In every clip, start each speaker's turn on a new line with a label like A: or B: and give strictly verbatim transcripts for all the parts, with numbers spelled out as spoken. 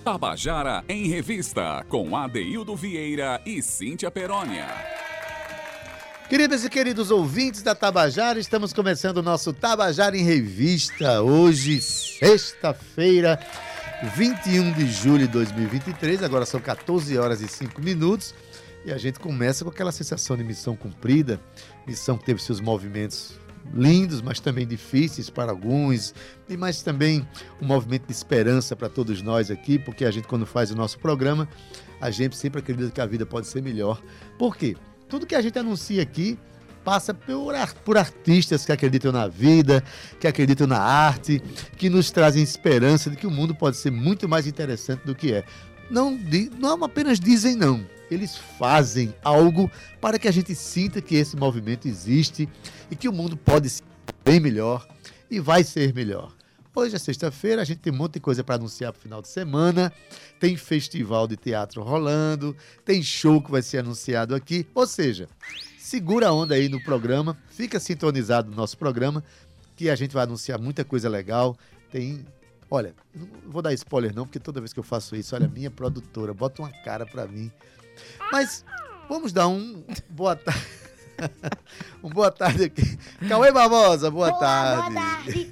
A: Tabajara em Revista, com Adeildo Vieira e Cíntia Perônia.
B: Queridas e queridos ouvintes da Tabajara, estamos começando o nosso Tabajara em Revista. Hoje, sexta-feira, vinte e um de julho de dois mil e vinte e três, agora são quatorze horas e cinco minutos. E a gente começa com aquela sensação de missão cumprida, missão que teve seus movimentos lindos, mas também difíceis para alguns, e mas também um movimento de esperança para todos nós aqui, porque a gente, quando faz o nosso programa, a gente sempre acredita que a vida pode ser melhor. Por quê? Tudo que a gente anuncia aqui passa por, por artistas que acreditam na vida, que acreditam na arte, que nos trazem esperança de que o mundo pode ser muito mais interessante do que é. Não, não apenas dizem não, eles fazem algo para que a gente sinta que esse movimento existe e que o mundo pode ser bem melhor e vai ser melhor. Hoje é sexta-feira, a gente tem um monte de coisa para anunciar para o final de semana, tem festival de teatro rolando, tem show que vai ser anunciado aqui, ou seja, segura a onda aí no programa, fica sintonizado no nosso programa, que a gente vai anunciar muita coisa legal. Tem... Olha, não vou dar spoiler não, porque toda vez que eu faço isso, olha, minha produtora, bota uma cara para mim. Mas vamos dar um boa tarde. um boa tarde aqui. Cauê Barbosa, boa, boa tarde. Boa tarde.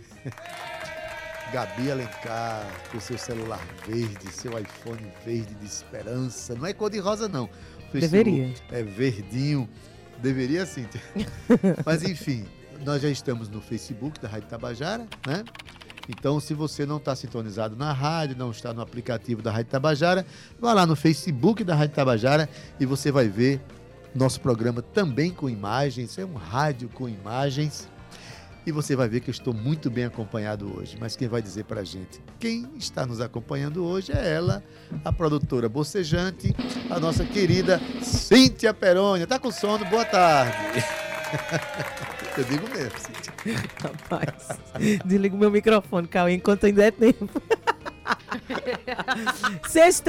B: Gabi Alencar, com seu celular verde, seu iPhone verde de esperança. Não é cor de rosa, não.
C: Deveria.
B: É verdinho. Deveria, sim. Mas enfim, nós já estamos no Facebook da Rádio Tabajara, né? Então, se você não está sintonizado na rádio, não está no aplicativo da Rádio Tabajara, vá lá no Facebook da Rádio Tabajara e você vai ver nosso programa também com imagens. É um rádio com imagens. E você vai ver que eu estou muito bem acompanhado hoje. Mas quem vai dizer para a gente? Quem está nos acompanhando hoje é ela, a produtora bocejante, a nossa querida Cíntia Perônia. Tá com sono? Boa tarde. Eu digo mesmo, Cíntia.
C: Rapaz, desliga o meu microfone, Cauê, enquanto ainda é tempo. Sextou,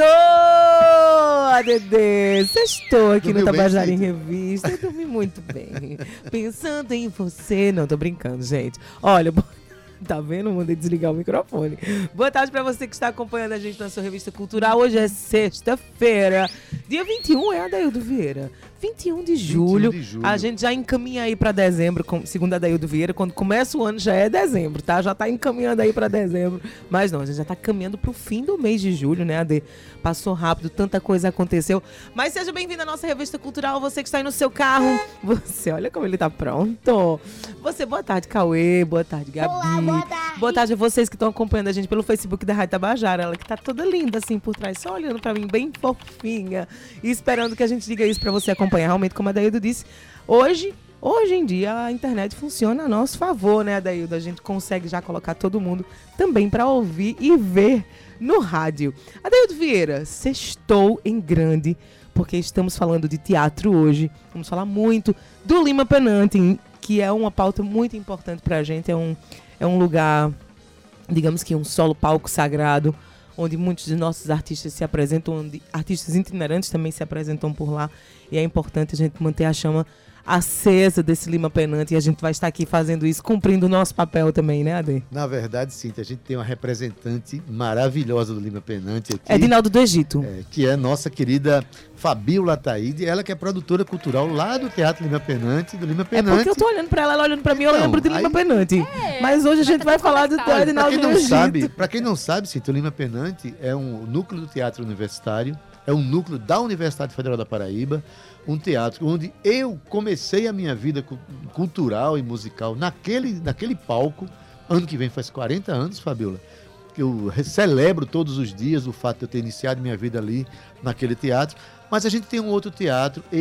C: A D D. Sextou aqui Dormiu no Tabajara em Revista. Eu dormi muito bem. Pensando em você. Não, tô brincando, gente. Olha, tá vendo? Mandei desligar o microfone. Boa tarde pra você que está acompanhando a gente na sua revista cultural. Hoje é sexta-feira, dia vinte e um, é, Adeildo Vieira? vinte e um de julho, vinte e um de julho. A gente já encaminha aí pra dezembro, segundo a Adeildo Vieira. Quando começa o ano já é dezembro, tá? Já tá encaminhando aí pra dezembro. Mas não, a gente já tá caminhando pro fim do mês de julho, né, Ade? Passou rápido, tanta coisa aconteceu. Mas seja bem-vindo à nossa revista cultural. Você que está aí no seu carro. Você, olha como ele tá pronto. Você, boa tarde, Cauê. Boa tarde, Gabi.
D: Olá, boa tarde.
C: Boa tarde a vocês que estão acompanhando a gente pelo Facebook da Rádio Tabajara. Ela que tá toda linda assim por trás, só olhando pra mim, bem fofinha. E esperando que a gente diga isso pra você acompanhar. Realmente, como a Adeildo disse, hoje, hoje em dia a internet funciona a nosso favor, né, Adeildo? A gente consegue já colocar todo mundo também pra ouvir e ver no rádio. Adeildo Vieira, sextou em grande, porque estamos falando de teatro hoje. Vamos falar muito do Lima Penante, que é uma pauta muito importante pra gente. É um, é um lugar, digamos que um solo palco sagrado, onde muitos de nossos artistas se apresentam, onde artistas itinerantes também se apresentam por lá. E é importante a gente manter a chama acesa desse Lima Penante. E a gente vai estar aqui fazendo isso, cumprindo o nosso papel também, né, Ade?
B: Na verdade, sim, a gente tem uma representante maravilhosa do Lima Penante aqui.
C: É Dinaldo do Egito.
B: É, que é nossa querida Fabíola Taíde, ela que é produtora cultural lá do Teatro Lima Penante, do Lima Penante.
C: É porque eu tô olhando pra ela, ela olhando pra mim,
B: então,
C: eu lembro de Lima
B: aí...
C: Penante. É, mas hoje a gente vai falar do
B: Olha,
C: Dinaldo do
B: não
C: Egito.
B: Sabe, pra quem não sabe, sim, o Lima Penante é um núcleo do teatro universitário, é um núcleo da Universidade Federal da Paraíba, um teatro onde eu comecei a minha vida cultural e musical naquele, naquele palco. Ano que vem faz quarenta anos, Fabiola, que eu celebro todos os dias o fato de eu ter iniciado minha vida ali naquele teatro. Mas a gente tem um outro teatro que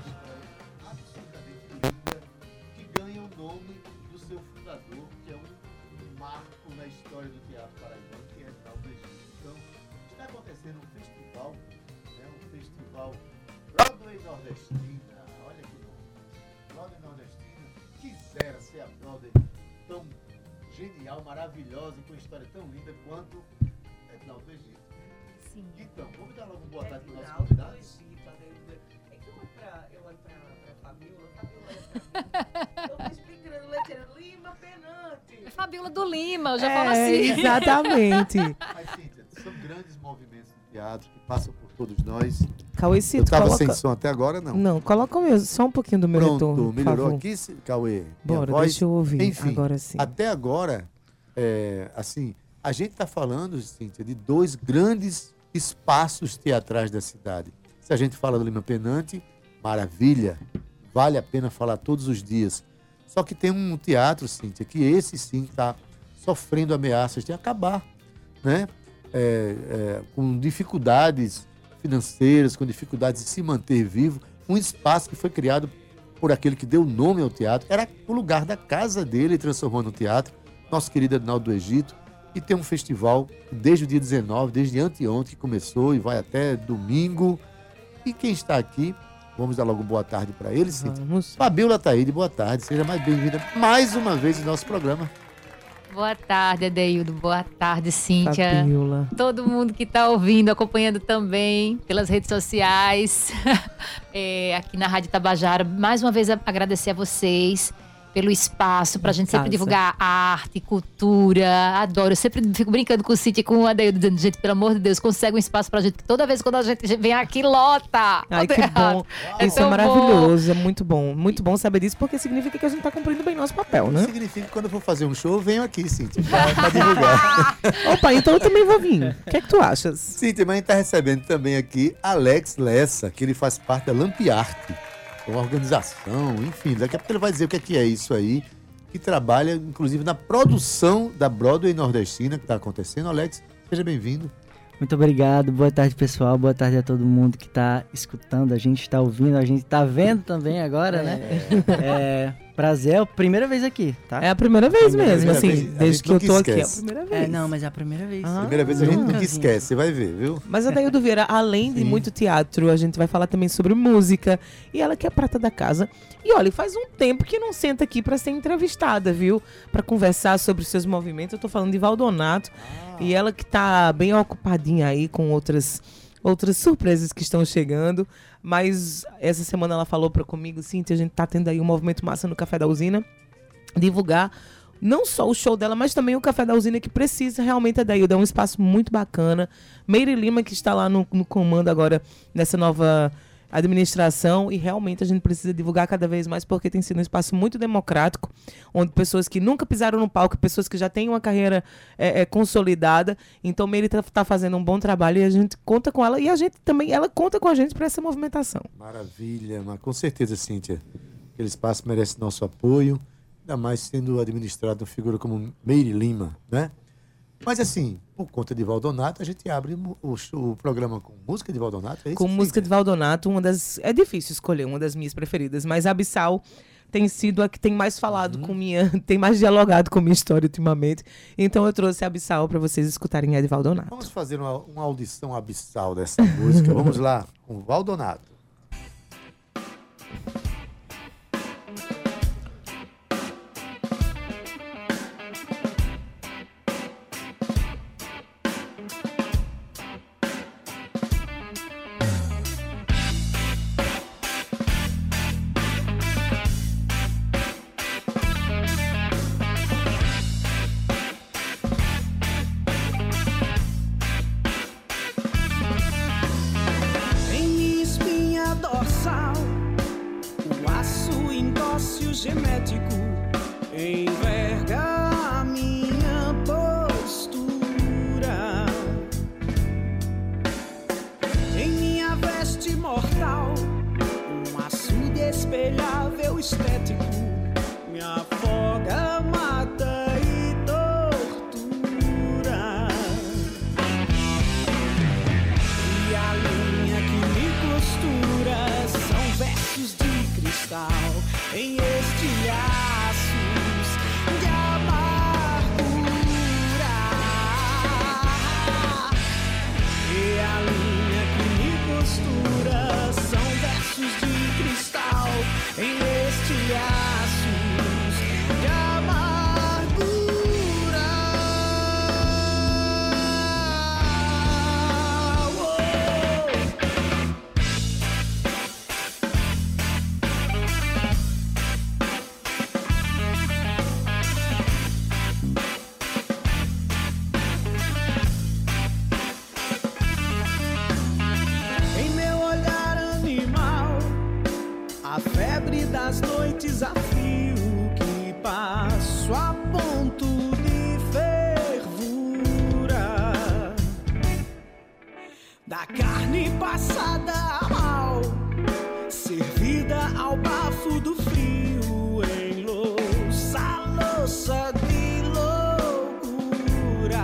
B: ganha o nome do seu fundador, que é um marco na história do teatro paraibano, que é Dinaldo do Egito. Então, está acontecendo um festival, né, um festival Broadway Nordestina. Olha que nome. Broadway Nordestina. Quisera ser a Broadway tão genial, maravilhosa e com uma história tão linda quanto é Dinaldo do Egito.
D: Sim.
B: Então, vamos dar logo boa tarde para os nossos
C: Dinaldo do
B: convidados.
C: Egito, Adeildo. É que eu olho pra, eu olho pra, pra Fabíola, Fabíola olha pra mim. Eu tô explicando letreiro, Lima Penante.
D: Fabíola do Lima, eu já
C: É,
D: falo assim.
C: Exatamente.
B: Mas, Cíntia, são grandes movimentos teatro, que passa por todos nós.
C: Cauêcito,
B: Eu estava
C: coloca...
B: sem som até agora, não.
C: Não, coloca o meu, só um pouquinho do meu
B: Pronto,
C: retorno, por
B: melhorou
C: favor.
B: aqui, Cauê?
C: Bora,
B: Minha voz?
C: deixa eu ouvir.
B: Enfim,
C: Agora sim.
B: até agora, é, assim, a gente está falando, Cíntia, de dois grandes espaços teatrais da cidade. Se a gente fala do Lima Penante, maravilha, vale a pena falar todos os dias. Só que tem um teatro, Cíntia, que esse sim está sofrendo ameaças de acabar, né? É, é, com dificuldades financeiras, com dificuldades de se manter vivo. Um espaço que foi criado por aquele que deu nome ao teatro, era o lugar da casa dele, transformou no teatro, nosso querido Adinaldo do Egito, e tem um festival desde o dia dezenove, desde anteontem que começou e vai até domingo. E quem está aqui, vamos dar logo boa tarde para ele, Cíntia.
C: Vamos.
B: Fabiola Taíde, boa tarde, seja mais bem-vinda mais uma vez no nosso programa.
D: Boa tarde, Adeildo. Boa tarde, Cíntia.
C: Fabiola.
D: Todo mundo que está ouvindo, acompanhando também pelas redes sociais, é, aqui na Rádio Tabajara. Mais uma vez agradecer a vocês pelo espaço, pra gente sempre
C: Casa.
D: divulgar arte, cultura. Adoro. Eu sempre fico brincando com o Cíntia e com o Adeildo, dizendo, gente, pelo amor de Deus, consegue um espaço pra gente. Toda vez quando a gente vem aqui, lota.
C: Ai, que bom.
D: É
C: Isso é
D: tão
C: maravilhoso, é muito bom. Muito bom saber disso, porque significa que a gente tá cumprindo bem nosso papel, né?
B: Significa que quando eu for fazer um show, eu venho aqui, Cíntia, pra, pra divulgar.
C: Opa, então eu também vou vir. O que é que tu achas?
B: Cíntia, mas a gente está recebendo também aqui Alex Lessa, que ele faz parte da Lampiarte, uma organização, enfim, daqui a pouco ele vai dizer o que é, que é isso aí, que trabalha, inclusive, na produção da Broadway nordestina que está acontecendo. Alex, seja bem-vindo.
E: Muito obrigado, boa tarde pessoal, boa tarde a todo mundo que está escutando, a gente está ouvindo, a gente está vendo também agora, né? É, prazer, é a primeira vez aqui, tá?
C: É a primeira vez
B: Primeira
C: mesmo,
B: vez,
C: assim,
B: a gente
C: desde que eu
B: nunca
C: tô aqui. É a
B: esquece.
C: primeira vez.
E: É, não, mas é a primeira vez.
C: Ah.
B: Primeira vez a gente
E: nunca
B: nunca
E: vi.
B: esquece, você vai ver, viu?
C: Mas a Daildo Vieira, além de
B: Sim.
C: muito teatro, a gente vai falar também sobre música. E ela que é a prata da casa. E olha, faz um tempo que não senta aqui pra ser entrevistada, viu? Pra conversar sobre os seus movimentos. Eu tô falando de Valdonato. E ela que tá bem ocupadinha aí com outras, outras surpresas que estão chegando. Mas essa semana ela falou pra comigo, Cíntia, a gente tá tendo aí um movimento massa no Café da Usina. Divulgar não só o show dela, mas também o Café da Usina, que precisa realmente, Adaildo, é um espaço muito bacana. Meire Lima, que está lá no, no comando agora nessa nova administração, e realmente a gente precisa divulgar cada vez mais, porque tem sido um espaço muito democrático, onde pessoas que nunca pisaram no palco, pessoas que já têm uma carreira é, é, consolidada, então Meire está tá fazendo um bom trabalho e a gente conta com ela, e a gente também, ela conta com a gente para essa movimentação.
B: Maravilha, mas com certeza, Cíntia, aquele espaço merece nosso apoio, ainda mais sendo administrado uma figura como Meire Lima, né? Mas assim, por conta de Valdonato, a gente abre o, o, o programa com música de Valdonato, é isso?
C: Com música
B: Cíntia?
C: de Valdonato, uma das... É difícil escolher uma das minhas preferidas, mas Abissal tem sido a que tem mais falado
B: Uhum.
C: com minha... Tem mais dialogado com minha história ultimamente. Então eu trouxe Abissal para vocês escutarem a de Valdonato.
B: Vamos fazer uma, uma audição abissal dessa música. Vamos lá, com Valdonato.
F: Em minha espinha dorsal, o aço indócil genético enverga a minha postura. Em minha veste mortal, um açude espelhável estético me afoga, mata e tortura. E a linha que me costura são versos de cristal em estilhaços de amargura. E a linha que me costura são versos de cristal em estilhaços nas noites a frio que passo a ponto de fervura da carne passada a mal, servida ao bafo do frio em louça, louça de loucura.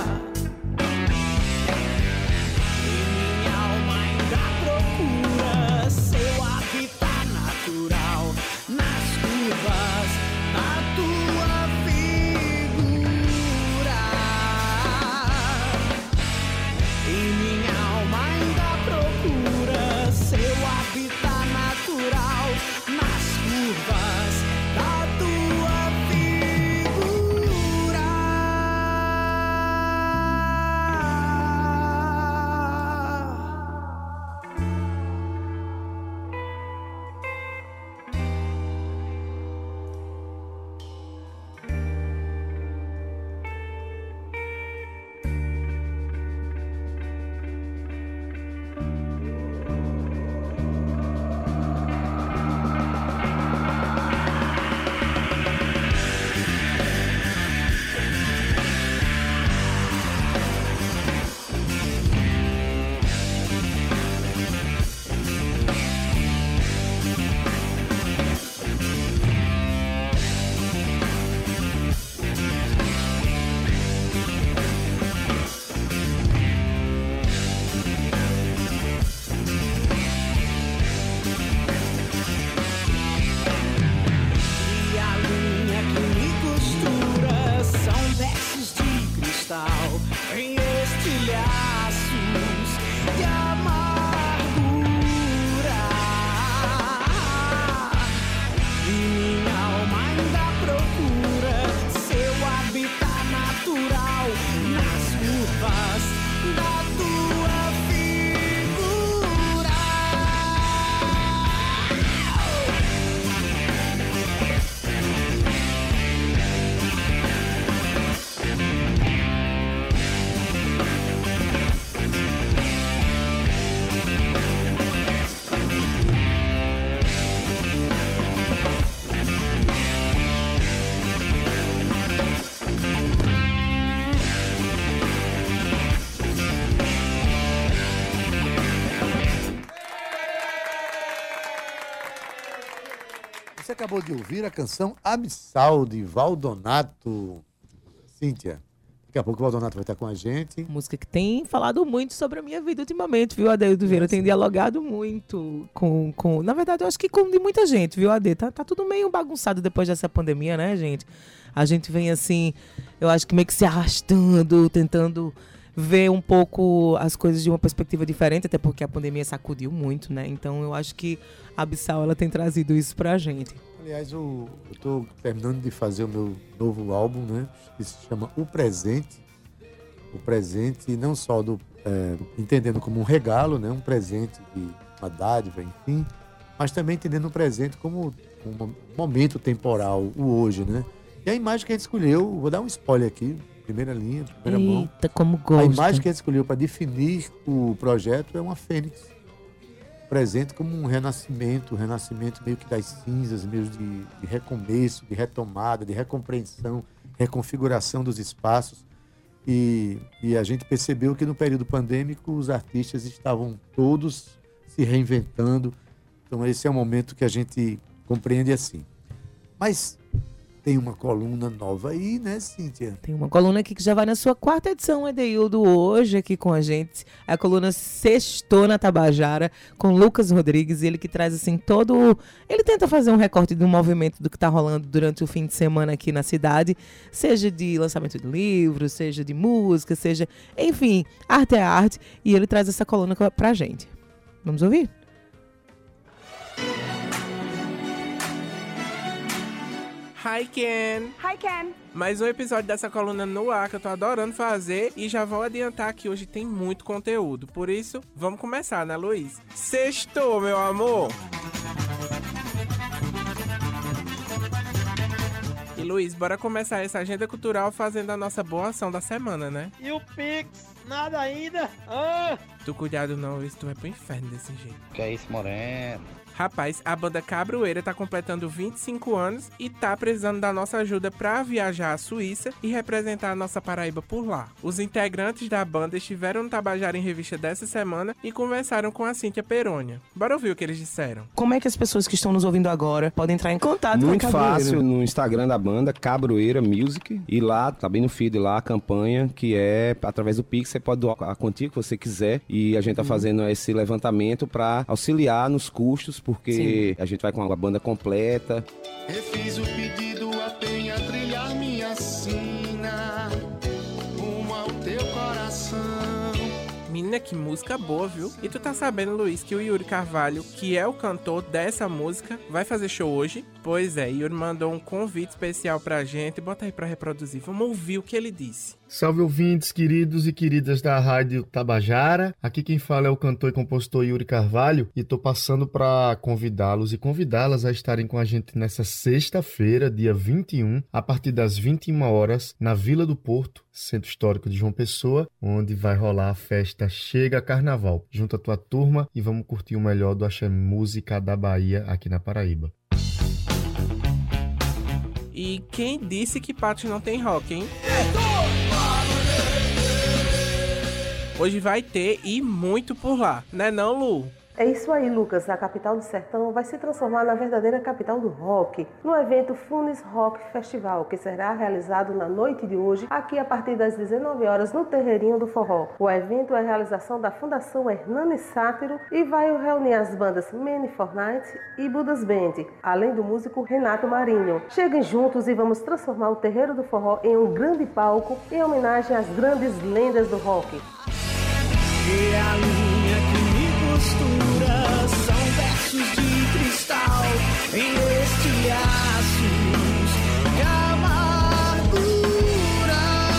F: E minha alma ainda procura seu habitat natural nas curvas da tua figura. E minha alma ainda procura seu habitat natural nas curvas da tua figura. E a linha que me costura são versos de cristal em estilhaços de amargura. E minha alma ainda procura seu habitat natural nas curvas da tua figura.
B: Você acabou de ouvir a canção Abissal, de Valdonato. Cíntia, daqui a pouco o Valdonato vai estar com a gente.
C: Música que tem falado muito sobre a minha vida ultimamente, viu, Adeildo Vieira? Tem dialogado muito com, com... Na verdade, eu acho que com de muita gente, viu, Ade? Tá, tá tudo meio bagunçado depois dessa pandemia, né, gente? A gente vem assim, eu acho que meio que se arrastando, tentando ver um pouco as coisas de uma perspectiva diferente, até porque a pandemia sacudiu muito, né? Então eu acho que a Abissal, ela tem trazido isso pra gente.
B: Aliás, eu estou terminando de fazer o meu novo álbum, né? Que se chama O Presente. O presente não só do é, entendendo como um regalo, né? Um presente de uma dádiva, enfim, mas também entendendo o presente como um momento temporal, o hoje, né? E a imagem que a gente escolheu, vou dar um spoiler aqui, primeira linha, primeira mão.
C: Eita, como gosto.
B: A imagem que a gente escolheu para definir o projeto é uma fênix. Presente como um renascimento, um renascimento meio que das cinzas, meio de, de recomeço, de retomada, de recompreensão, reconfiguração dos espaços. E, e a gente percebeu que no período pandêmico os artistas estavam todos se reinventando. Então esse é o momento que a gente compreende assim. Mas tem uma coluna nova aí, né, Cíntia?
C: Tem uma coluna aqui que já vai na sua quarta edição, Adeildo, hoje aqui com a gente. A coluna Sextou na Tabajara, com Lucas Rodrigues, ele que traz assim todo... Ele tenta fazer um recorte do movimento do que está rolando durante o fim de semana aqui na cidade, seja de lançamento de livros, seja de música, seja... Enfim, arte é arte, e ele traz essa coluna pra gente. Vamos ouvir?
G: Hi, Ken!
H: Hi, Ken!
G: Mais um episódio dessa coluna no ar que eu tô adorando fazer e já vou adiantar que hoje tem muito conteúdo. Por isso, vamos começar, né, Luiz? Sextou, meu amor! E, Luiz, bora começar essa agenda cultural fazendo a nossa boa ação da semana, né?
H: E o Pix? Nada ainda? Ah!
G: Tu cuidado não, Luiz, tu vai pro inferno desse jeito.
I: Que é isso, Moreno?
G: Rapaz, a banda Cabroeira tá completando vinte e cinco anos e tá precisando da nossa ajuda pra viajar à Suíça e representar a nossa Paraíba por lá. Os integrantes da banda estiveram no Tabajara em Revista dessa semana e conversaram com a Cíntia Perônia. Bora ouvir o que eles disseram.
C: Como é que as pessoas que estão nos ouvindo agora podem entrar em contato
H: Muito
C: com a Cabroeira?
H: fácil, no Instagram da banda, Cabroeira Music, e lá, tá bem no feed lá, a campanha, que é através do Pix, você pode doar a quantia que você quiser, e a gente tá fazendo esse levantamento pra auxiliar nos custos, porque Sim. a gente vai com a banda completa.
F: Refiz o pedido, apenas trilhar minha sina rumo ao teu coração.
G: Menina, que música boa, viu? E tu tá sabendo, Luiz, que o Yuri Carvalho, que é o cantor dessa música, vai fazer show hoje? Pois é, Yuri mandou um convite especial pra gente. Bota aí pra reproduzir. Vamos ouvir o que ele disse.
I: Salve ouvintes, queridos e queridas da Rádio Tabajara. Aqui quem fala é o cantor e compositor Yuri Carvalho e tô passando para convidá-los e convidá-las a estarem com a gente nessa sexta-feira, dia vinte e um, a partir das vinte e uma horas, na Vila do Porto, Centro Histórico de João Pessoa, onde vai rolar a festa Chega Carnaval. Junta a tua turma e vamos curtir o melhor do Axé Música da Bahia aqui na Paraíba.
G: E quem disse que Patos não tem rock, hein? Hoje vai ter e muito por lá, né não, Lu?
J: É isso aí, Lucas. A capital do sertão vai se transformar na verdadeira capital do rock, no evento Funes Rock Festival, que será realizado na noite de hoje, aqui a partir das dezenove horas, no Terreirinho do Forró. O evento é a realização da Fundação Hernani Sátiro e vai reunir as bandas Many for Night e Budas Band, além do músico Renato Marinho. Cheguem juntos e vamos transformar o Terreiro do Forró em um grande palco em homenagem às grandes lendas do rock.
F: E a linha que me costura são versos de cristal em estilhaços de amargura.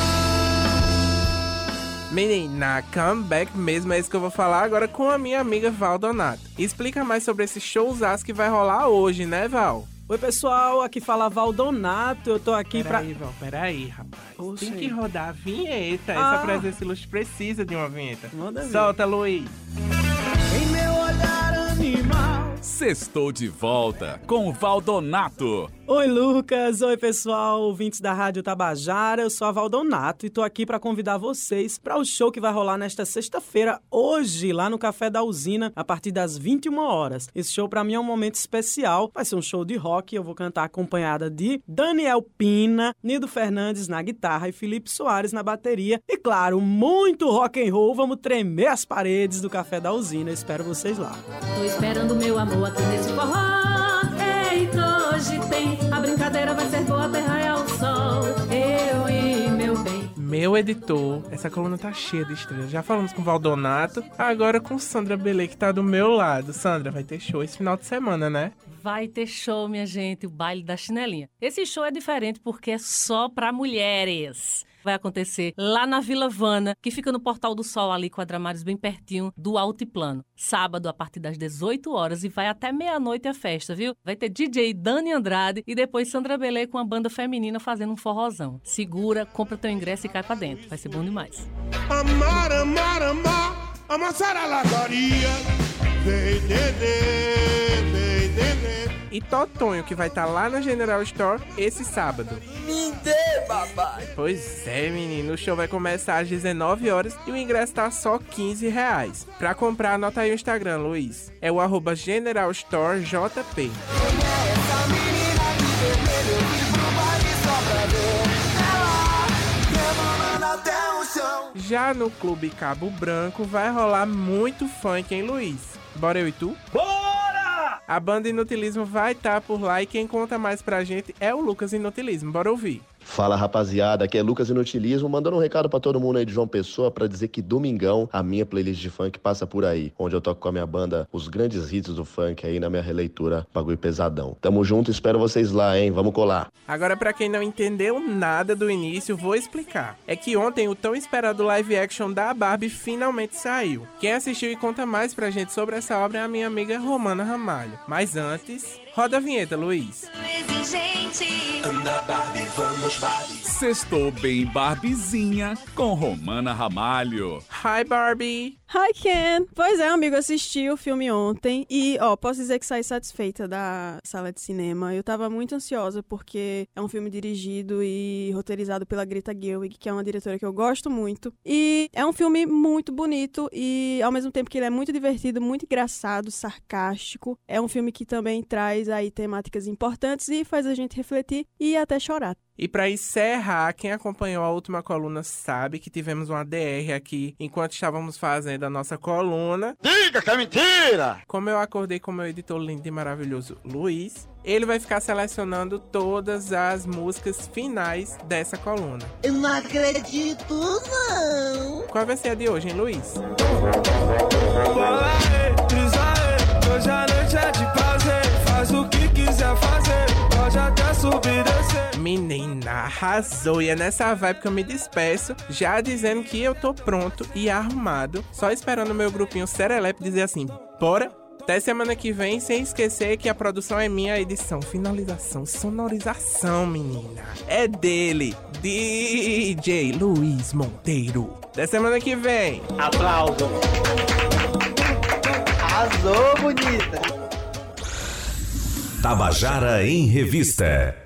G: Menina, comeback mesmo, é isso que eu vou falar agora com a minha amiga Val Donato. Explica mais sobre esse showzaço que vai rolar hoje, né, Val?
K: Oi, pessoal, aqui fala Val Donato, eu tô aqui
G: pera
K: pra...
G: Peraí, Val, peraí, rapaz.
K: Oxe.
G: Tem que rodar a vinheta,
K: Ah.
G: essa presença ilustre precisa de uma vinheta.
K: Manda ver.
G: Solta, Luiz.
F: Em meu olhar animal.
A: Sextou de volta com Valdonato.
K: Oi, Lucas. Oi, pessoal, ouvintes da Rádio Tabajara. Eu sou a Valdonato e tô aqui pra convidar vocês para o show que vai rolar nesta sexta-feira, hoje, lá no Café da Usina, a partir das vinte e uma horas. Esse show pra mim é um momento especial. Vai ser um show de rock. Eu vou cantar acompanhada de Daniel Pina, Nido Fernandes na guitarra e Felipe Soares na bateria. E, claro, muito rock and roll. Vamos tremer as paredes do Café da Usina. Eu espero vocês lá.
L: Tô esperando meu amor aqui nesse forró. Eita, hoje tem. A brincadeira vai ser boa até raiar o sol. Eu e meu bem.
G: Meu editor, essa coluna tá cheia de estrelas. Já falamos com o Valdonato, agora com Sandra Belê, que tá do meu lado. Sandra, vai ter show esse final de semana, né?
M: Vai ter show, minha gente, o baile da chinelinha. Esse show é diferente porque é só pra mulheres. Vai acontecer lá na Vila Vana, que fica no Portal do Sol, ali com a Dramares, bem pertinho do Altiplano. Sábado, a partir das dezoito horas, e vai até meia-noite a festa, viu? Vai ter D J Dani Andrade e depois Sandra Belê com a banda feminina fazendo um forrozão. Segura, compra teu ingresso e cai pra dentro. Vai ser bom demais.
F: Amar, amar, amar, amassar a lagaria. Vem entender, vem entender.
G: E Totonho, que vai estar tá lá na General Store esse sábado.
F: Me dê, babai.
G: Pois é, menino, o show vai começar às dezenove horas e o ingresso tá só quinze reais. Pra comprar, anota aí o Instagram, Luiz. É o arroba General Store J P. Já no Clube Cabo Branco vai rolar muito funk, hein, Luiz? Bora eu e tu?
F: Bora!
G: A banda Inutilismo vai estar por lá e quem conta mais pra gente é o Lucas Inutilismo. Bora ouvir.
N: Fala, rapaziada, aqui é Lucas Inutilismo, mandando um recado pra todo mundo aí de João Pessoa pra dizer que domingão a minha playlist de funk passa por aí, onde eu toco com a minha banda os grandes hits do funk aí na minha releitura Bagulho Pesadão. Tamo junto, espero vocês lá, hein? Vamos colar.
G: Agora, pra quem não entendeu nada do início, vou explicar. É que ontem o tão esperado live action da Barbie finalmente saiu. Quem assistiu e conta mais pra gente sobre essa obra é a minha amiga Romana Ramalho. Mas antes, roda a vinheta, Luiz.
F: Anda, Barbie, vamos, Barbie.
A: Sextou bem Barbizinha com Romana Ramalho.
G: Hi, Barbie.
O: Hi, Ken! Pois é, amigo, assisti o filme ontem e, ó, posso dizer que saí satisfeita da sala de cinema. Eu tava muito ansiosa porque é um filme dirigido e roteirizado pela Greta Gerwig, que é uma diretora que eu gosto muito. E é um filme muito bonito e, ao mesmo tempo que ele é muito divertido, muito engraçado, sarcástico. É um filme que também traz aí temáticas importantes e faz a gente refletir e até chorar.
G: E para encerrar, quem acompanhou a última coluna sabe que tivemos uma D R aqui enquanto estávamos fazendo a nossa coluna. Diga que é mentira! Como eu acordei com meu editor lindo e maravilhoso Luiz, ele vai ficar selecionando todas as músicas finais dessa coluna.
P: Eu não acredito, não!
G: Qual vai ser a de hoje, hein, Luiz?
Q: Hoje a noite é de prazer, faz o que quiser fazer, pode até subir e descer.
G: Menina, arrasou, e é nessa vibe que eu me despeço, já dizendo que eu tô pronto e arrumado, só esperando o meu grupinho Serelepe dizer assim, bora? Até semana que vem, sem esquecer que a produção é minha, a edição, finalização, sonorização, menina. É dele, D J Luiz Monteiro. Até semana que vem.
P: Aplauso. Arrasou, bonita.
A: Tabajara em Revista.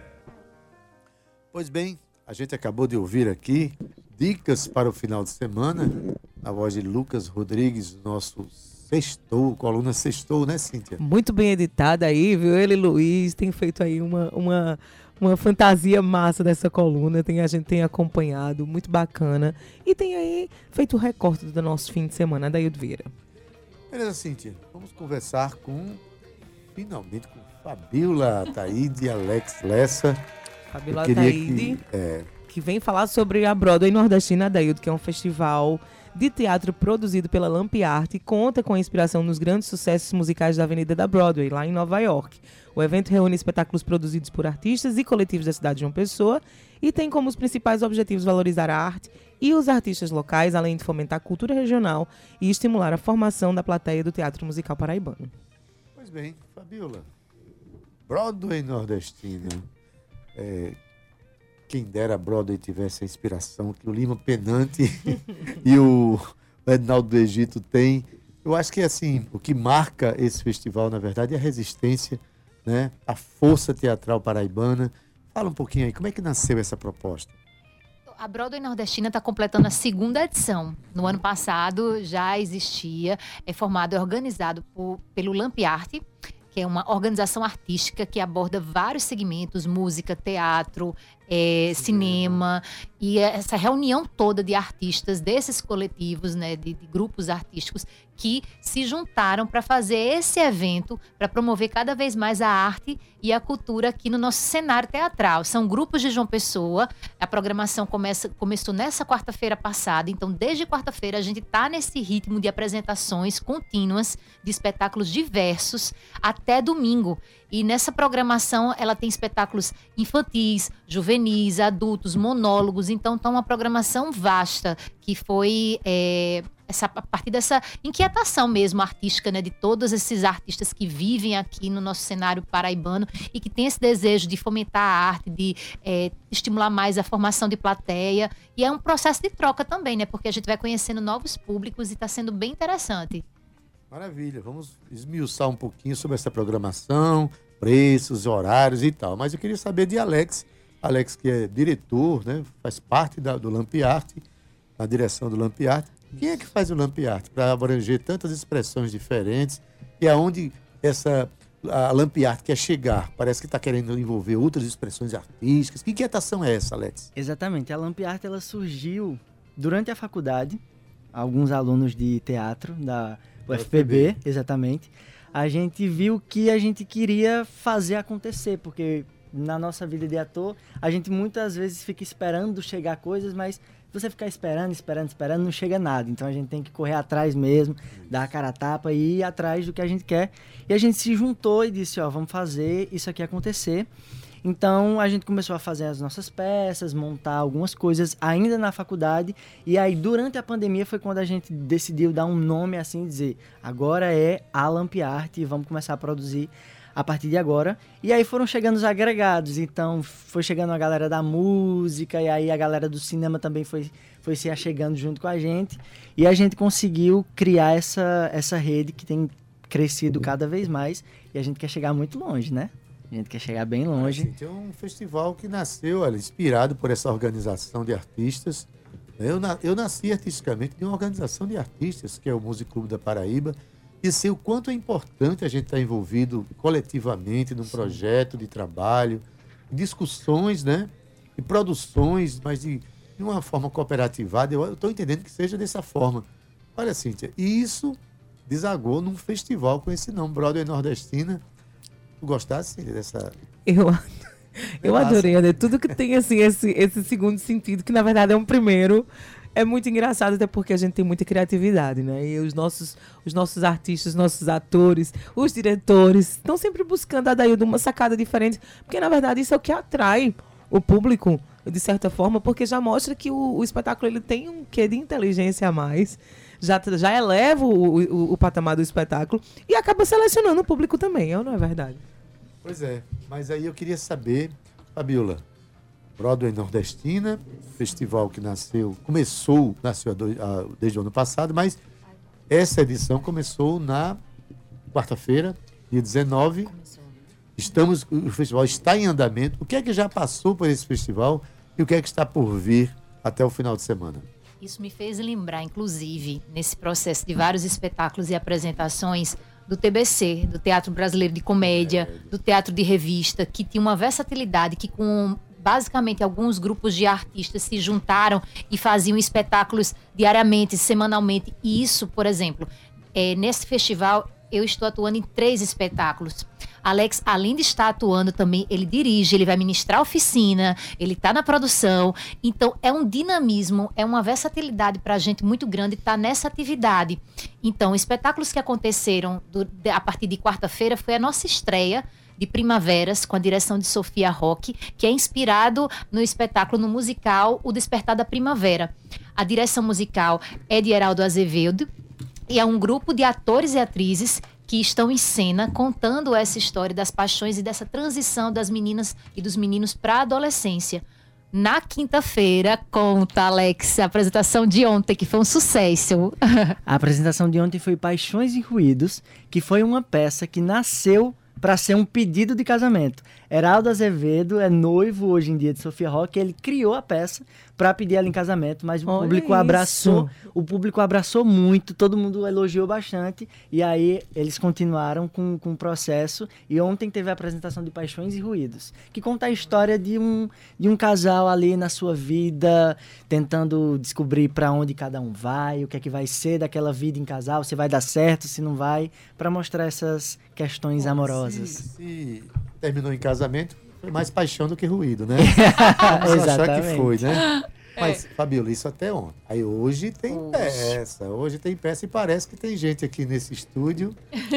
B: Pois bem, a gente acabou de ouvir aqui dicas para o final de semana, na voz de Lucas Rodrigues, nosso Sextou, coluna Sextou, né, Cíntia?
C: Muito bem editada aí, viu? Ele e Luiz tem feito aí uma, uma, uma fantasia massa dessa coluna, tem, a gente tem acompanhado, muito bacana. E tem aí feito o recorte do nosso fim de semana, Adaildo Vieira.
B: Beleza, Cíntia, vamos conversar com, finalmente, com Fabíola Ataíde e Alex Lessa.
C: Fabíola Ataíde,
B: que, é...
C: que vem falar sobre a Broadway Nordestina, Adaildo, que é um festival de teatro produzido pela Lamp Art e conta com a inspiração nos grandes sucessos musicais da Avenida da Broadway, lá em Nova York. O evento reúne espetáculos produzidos por artistas e coletivos da cidade de João Pessoa e tem como os principais objetivos valorizar a arte e os artistas locais, além de fomentar a cultura regional e estimular a formação da plateia do teatro musical paraibano.
B: Pois bem, Fabíola, Broadway Nordestina. É... Quem dera a Broadway tivesse a inspiração que o Lima Penante e o Edinaldo do Egito têm. Eu acho que assim, o que marca esse festival, na verdade, é a resistência, né? A força teatral paraibana. Fala um pouquinho aí, como é que nasceu essa proposta?
D: A Broadway Nordestina está completando a segunda edição. No ano passado já existia, é formado e organizado por, pelo Lamp Art, que é uma organização artística que aborda vários segmentos, música, teatro, é, cinema, e essa reunião toda de artistas desses coletivos, né, de, de grupos artísticos que se juntaram para fazer esse evento, para promover cada vez mais a arte e a cultura aqui no nosso cenário teatral. São grupos de João Pessoa, a programação começa, começou nessa quarta-feira passada, então desde quarta-feira a gente está nesse ritmo de apresentações contínuas de espetáculos diversos até domingo. E nessa programação ela tem espetáculos infantis, juvenis, adultos, monólogos, então está uma programação vasta que foi é, essa, a partir dessa inquietação mesmo artística, né, de todos esses artistas que vivem aqui no nosso cenário paraibano e que tem esse desejo de fomentar a arte, de é, estimular mais a formação de plateia, e é um processo de troca também, né, porque a gente vai conhecendo novos públicos e está sendo bem interessante.
B: Maravilha, vamos esmiuçar um pouquinho sobre essa programação, preços, horários e tal. Mas eu queria saber de Alex, Alex que é diretor, né, faz parte da, do Lamp Art, na direção do Lamp Art. Quem é que faz o Lamp Art para abranger tantas expressões diferentes e aonde essa a Lamp Art quer chegar? Parece que está querendo envolver outras expressões artísticas. Que inquietação é essa, Alex?
E: Exatamente, a Lamp Art ela surgiu durante a faculdade, alguns alunos de teatro da U F P B, exatamente, a gente viu que a gente queria fazer acontecer, porque na nossa vida de ator, a gente muitas vezes fica esperando chegar coisas, mas se você ficar esperando, esperando, esperando, não chega nada. Então a gente tem que correr atrás mesmo, dar a cara a tapa e ir atrás do que a gente quer. E a gente se juntou e disse, ó, vamos fazer isso aqui acontecer. Então a gente começou a fazer as nossas peças, montar algumas coisas ainda na faculdade, e aí durante a pandemia foi quando a gente decidiu dar um nome assim, dizer, agora é a Lamp Art e vamos começar a produzir a partir de agora. E aí foram chegando os agregados, então foi chegando a galera da música, e aí a galera do cinema também foi, foi se achegando junto com a gente. E a gente conseguiu criar essa, essa rede que tem crescido cada vez mais, e a gente quer chegar muito longe, né? A gente quer chegar bem longe.
B: Assim, tem um festival que nasceu, olha, inspirado por essa organização de artistas. Eu, na, eu nasci artisticamente de uma organização de artistas, que é o Music Clube da Paraíba, e sei o quanto é importante a gente estar envolvido coletivamente num Sim. projeto de trabalho, discussões, né? E produções, mas de, de uma forma cooperativada. Eu estou entendendo que seja dessa forma. Olha, Cíntia, e isso desagou num festival com esse nome, Broadway Nordestina. Tu gostasse, Cíntia, dessa...
C: Eu, eu adorei, André. Tudo que tem assim, esse, esse segundo sentido, que na verdade é um primeiro... É muito engraçado, até porque a gente tem muita criatividade, né? E os nossos, os nossos artistas, os nossos atores, os diretores, estão sempre buscando a Adaildo uma sacada diferente, porque, na verdade, isso é o que atrai o público, de certa forma, porque já mostra que o, o espetáculo ele tem um quê de inteligência a mais, já, já eleva o, o, o patamar do espetáculo e acaba selecionando o público também, não é verdade?
B: Pois é, mas aí eu queria saber, Fabiola, Broadway Nordestina, festival que nasceu, começou, nasceu desde o ano passado, mas essa edição começou na quarta-feira, dia dezenove. Estamos, o festival está em andamento. O que é que já passou por esse festival e o que é que está por vir até o final de semana?
D: Isso me fez lembrar, inclusive, nesse processo de vários espetáculos e apresentações, do T B C, do Teatro Brasileiro de Comédia, do Teatro de Revista, que tinha uma versatilidade que com... basicamente, alguns grupos de artistas se juntaram e faziam espetáculos diariamente, semanalmente. E isso, por exemplo, é, nesse festival, eu estou atuando em três espetáculos. Alex, além de estar atuando também, ele dirige, ele vai ministrar oficina, ele está na produção. Então, é um dinamismo, é uma versatilidade para a gente muito grande estar nessa atividade. Então, espetáculos que aconteceram do, de, a partir de quarta-feira foi a nossa estreia de Primaveras, com a direção de Sofia Roque, que é inspirado no espetáculo, no musical O Despertar da Primavera. A direção musical é de Heraldo Azevedo e é um grupo de atores e atrizes que estão em cena contando essa história das paixões e dessa transição das meninas e dos meninos para a adolescência. Na quinta-feira, conta, Alex, a apresentação de ontem, que foi um sucesso.
E: A apresentação de ontem foi Paixões e Ruídos, que foi uma peça que nasceu para ser um pedido de casamento. Heraldo Azevedo é noivo hoje em dia de Sofia Roque, ele criou a peça para pedir ela em casamento, mas o
C: Olha
E: público
C: isso.
E: abraçou, o público abraçou muito, todo mundo elogiou bastante, e aí eles continuaram com, com o processo, e ontem teve a apresentação de Paixões e Ruídos, que conta a história de um, de um casal ali na sua vida, tentando descobrir para onde cada um vai, o que é que vai ser daquela vida em casal, se vai dar certo, se não vai, para mostrar essas questões
B: Bom,
E: amorosas.
B: Se, se terminou em casamento, foi mais paixão do que ruído, né?
E: Vamos
B: achar que foi, né? Mas, Fabiola, isso até ontem. Aí hoje tem Oxe. peça, hoje tem peça e parece que tem gente aqui nesse estúdio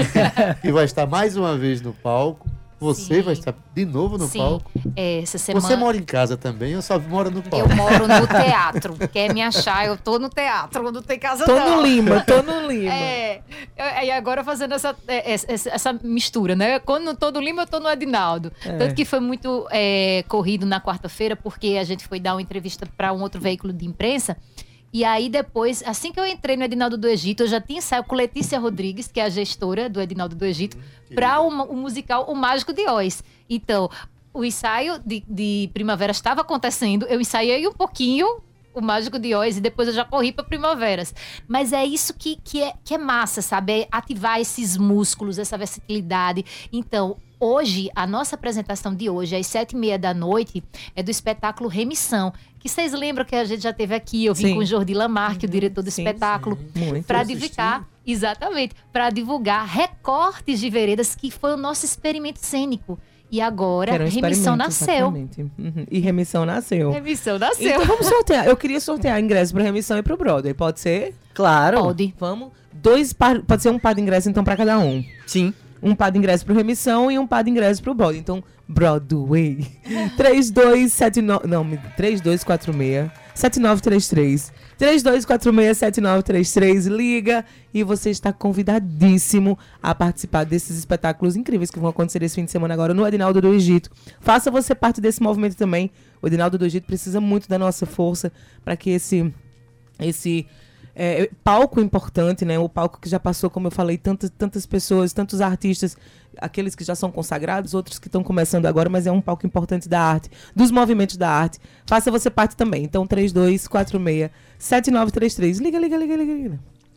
B: que vai estar mais uma vez no palco. Você Sim. vai estar de novo no
D: Sim.
B: palco.
D: É, essa semana...
B: Você mora em casa também ou só mora no palco?
D: Eu moro no teatro. Quer me achar, eu tô no teatro, não tem casa
C: tô
D: não.
C: Tô no Lima, tô no Lima.
D: É, e agora fazendo essa, essa, essa mistura, né? Quando não tô no Lima, eu tô no Edinaldo. É. Tanto que foi muito é, corrido na quarta-feira, porque a gente foi dar uma entrevista para um outro veículo de imprensa. E aí depois, assim que eu entrei no Edinaldo do Egito, eu já tinha ensaio com Letícia Rodrigues, que é a gestora do Edinaldo do Egito, hum, para o, o musical O Mágico de Oz. Então, o ensaio de, de Primavera estava acontecendo, eu ensaiei um pouquinho O Mágico de Oz e depois eu já corri para Primaveras. Mas é isso que, que, é, que é massa, sabe? É ativar esses músculos, essa versatilidade. Então, hoje, a nossa apresentação de hoje, às sete e meia da noite, é do espetáculo Remissão, que vocês lembram que a gente já teve aqui, eu vim sim. com o Jordi Lamarck, uhum, o diretor do sim, espetáculo, para divulgar, exatamente, para divulgar recortes de veredas, que foi o nosso experimento cênico. E agora, um Remissão nasceu.
C: Uhum. E Remissão nasceu.
D: Remissão nasceu.
C: Então vamos sortear. Eu queria sortear ingresso para Remissão e para o Broadway. Pode ser?
E: Claro.
C: Pode. Vamos. Dois par... Pode ser um par de ingresso, então, para cada um.
E: Sim.
C: Um par de ingresso para Remissão e um par de ingresso para o Broadway. Então, Broadway. três dois sete nove... Não, três dois quatro seis sete nove três três. três dois quatro seis, sete nove três três. Liga e você está convidadíssimo a participar desses espetáculos incríveis que vão acontecer esse fim de semana agora no Edinaldo do Egito. Faça você parte desse movimento também. O Edinaldo do Egito precisa muito da nossa força para que esse... esse É, palco importante, né? O palco que já passou, como eu falei, tantas, tantas pessoas, tantos artistas, aqueles que já são consagrados, outros que estão começando agora, mas é um palco importante da arte, dos movimentos da arte. Faça você parte também. Então, três dois quatro seis, sete nove três três. Liga, liga, liga, liga, liga.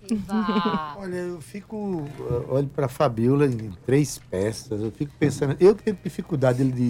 B: Olha, eu fico... Olho para a Fabiola em três peças, eu fico pensando... Eu tenho dificuldade de, de,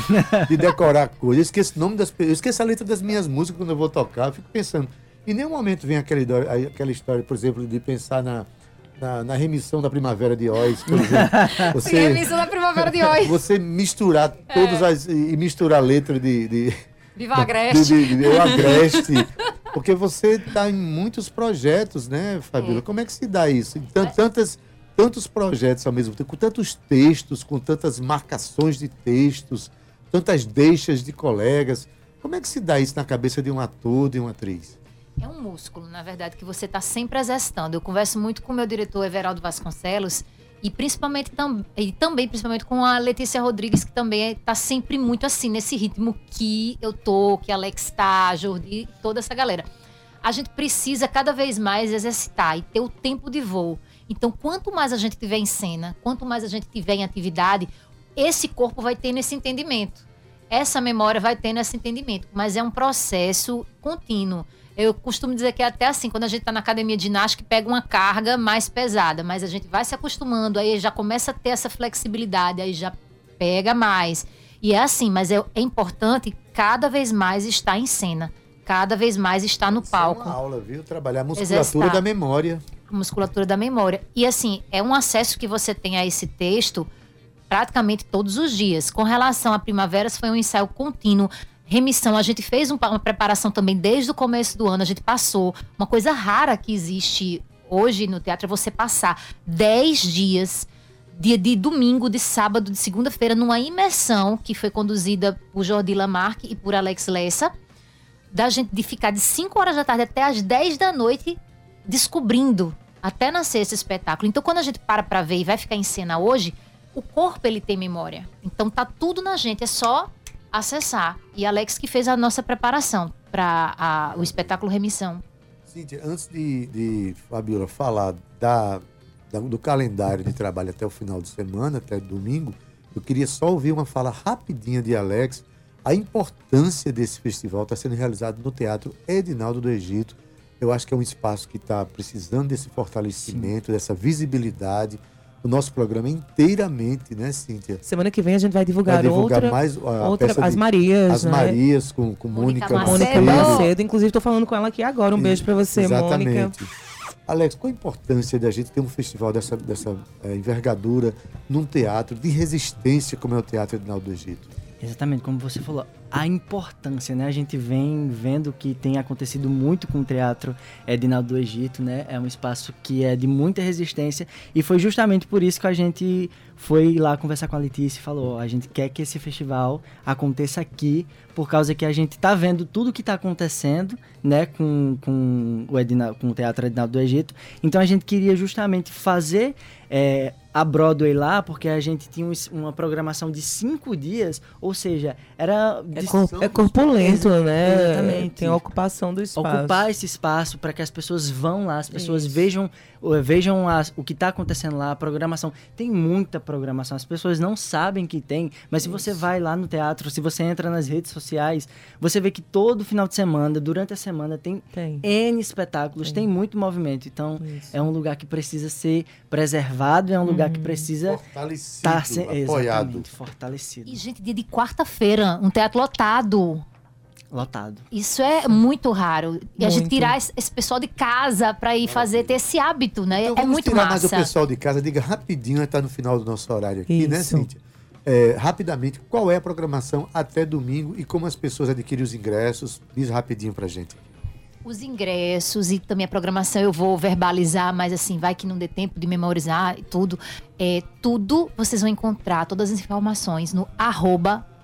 B: de decorar coisas, eu esqueço o nome das pessoas, eu esqueço a letra das minhas músicas quando eu vou tocar, eu fico pensando... Em nenhum momento vem aquela, aquela história, por exemplo, de pensar na, na, na remissão da Primavera de Oz, por exemplo. Você,
D: remissão da Primavera de Oz.
B: Você misturar é. todas as... E misturar a letra de... de
D: Viva Agreste.
B: De, de, de, de Agreste. Porque você está em muitos projetos, né, Fabíola? É. Como é que se dá isso? Tant, tantas, tantos projetos ao mesmo tempo, com tantos textos, com tantas marcações de textos, tantas deixas de colegas. Como é que se dá isso na cabeça de um ator, de uma atriz?
D: É um músculo, na verdade, que você está sempre exercitando. Eu converso muito com o meu diretor, Everaldo Vasconcelos, e principalmente tam, e também, principalmente com a Letícia Rodrigues, que também está sempre muito assim, nesse ritmo que eu tô, que Alex está, Jordi, toda essa galera. A gente precisa cada vez mais exercitar e ter o tempo de voo. Então, quanto mais a gente tiver em cena, quanto mais a gente tiver em atividade, esse corpo vai ter nesse entendimento. Essa memória vai ter nesse entendimento. Mas é um processo contínuo. Eu costumo dizer que é até assim, quando a gente está na academia de ginástica, pega uma carga mais pesada, mas a gente vai se acostumando, aí já começa a ter essa flexibilidade, aí já pega mais. E é assim, mas é, é importante cada vez mais estar em cena, cada vez mais estar no
B: Isso
D: palco.
B: É uma aula, viu? Trabalhar a musculatura
D: Exercitar.
B: da memória.
D: A musculatura da memória. E assim, é um acesso que você tem a esse texto praticamente todos os dias. Com relação a Primaveras, foi um ensaio contínuo. Remissão, a gente fez um, uma preparação também desde o começo do ano, a gente passou. Uma coisa rara que existe hoje no teatro é você passar dez dias, de, de domingo, de sábado, de segunda-feira, numa imersão que foi conduzida por Jordi Lamarck e por Alex Lessa, da gente de ficar de cinco horas da tarde até as dez da noite descobrindo, até nascer esse espetáculo. Então, quando a gente para pra ver e vai ficar em cena hoje, o corpo, ele tem memória. Então, tá tudo na gente, é só acessar. E Alex que fez a nossa preparação para o espetáculo Remissão.
B: Cíntia, antes de, de Fabiola falar da, da, do calendário de trabalho até o final de semana, até domingo, eu queria só ouvir uma fala rapidinha de Alex. A importância desse festival está sendo realizado no Teatro Edinaldo do Egito. Eu acho que é um espaço que está precisando desse fortalecimento, Sim. dessa visibilidade. O nosso programa é inteiramente, né, Cíntia?
C: Semana que vem a gente vai divulgar, vai divulgar outra,
B: mais a
C: outra
B: peça
C: As
B: de,
C: Marias,
B: As
C: né?
B: Marias, com, com Mônica,
C: Mônica Macedo. Macedo. Inclusive, estou falando com ela aqui agora. Um e, beijo para você,
B: exatamente.
C: Mônica.
B: Alex, qual a importância da gente ter um festival dessa, dessa é, envergadura num teatro de resistência como é o Teatro Edinaldo do Egito?
E: Exatamente, como você falou, a importância, né? A gente vem vendo que tem acontecido muito com o Teatro Edinaldo do Egito, né? É um espaço que é de muita resistência e foi justamente por isso que a gente foi lá conversar com a Letícia e falou, ó, a gente quer que esse festival aconteça aqui por causa que a gente tá vendo tudo que tá acontecendo, né? Com, com, o, Edina, com o Teatro Edinaldo do Egito. Então a gente queria justamente fazer... É, a Broadway lá, porque a gente tinha um, uma programação de cinco dias, ou seja, era...
C: É, cor, é corpulento, né?
E: Exatamente.
C: Tem a ocupação do espaço.
E: Ocupar esse espaço para que as pessoas vão lá, as pessoas Isso. vejam, vejam as, o que está acontecendo lá, a programação. Tem muita programação, as pessoas não sabem que tem, mas se Isso. você vai lá no teatro, se você entra nas redes sociais, você vê que todo final de semana, durante a semana, tem, tem. N espetáculos, tem. tem muito movimento. Então, Isso. é um lugar que precisa ser preservado, é um lugar que precisa
B: fortalecido,
E: tá se,
B: apoiado,
E: fortalecido.
D: E gente, dia de quarta-feira, um teatro lotado.
E: Lotado.
D: Isso é muito raro. E muito. A gente tirar esse, esse pessoal de casa para ir fazer, ter esse hábito, né?
B: Então,
D: é muito
B: tirar
D: massa.
B: mais o pessoal de casa. Diga rapidinho, está no final do nosso horário aqui,
C: Isso.
B: né, Cíntia? É, rapidamente, qual é a programação até domingo e como as pessoas adquirem os ingressos? Diz rapidinho pra gente.
D: Os ingressos e também a programação eu vou verbalizar, mas assim, vai que não dê tempo de memorizar e tudo. É, tudo vocês vão encontrar, todas as informações no arroba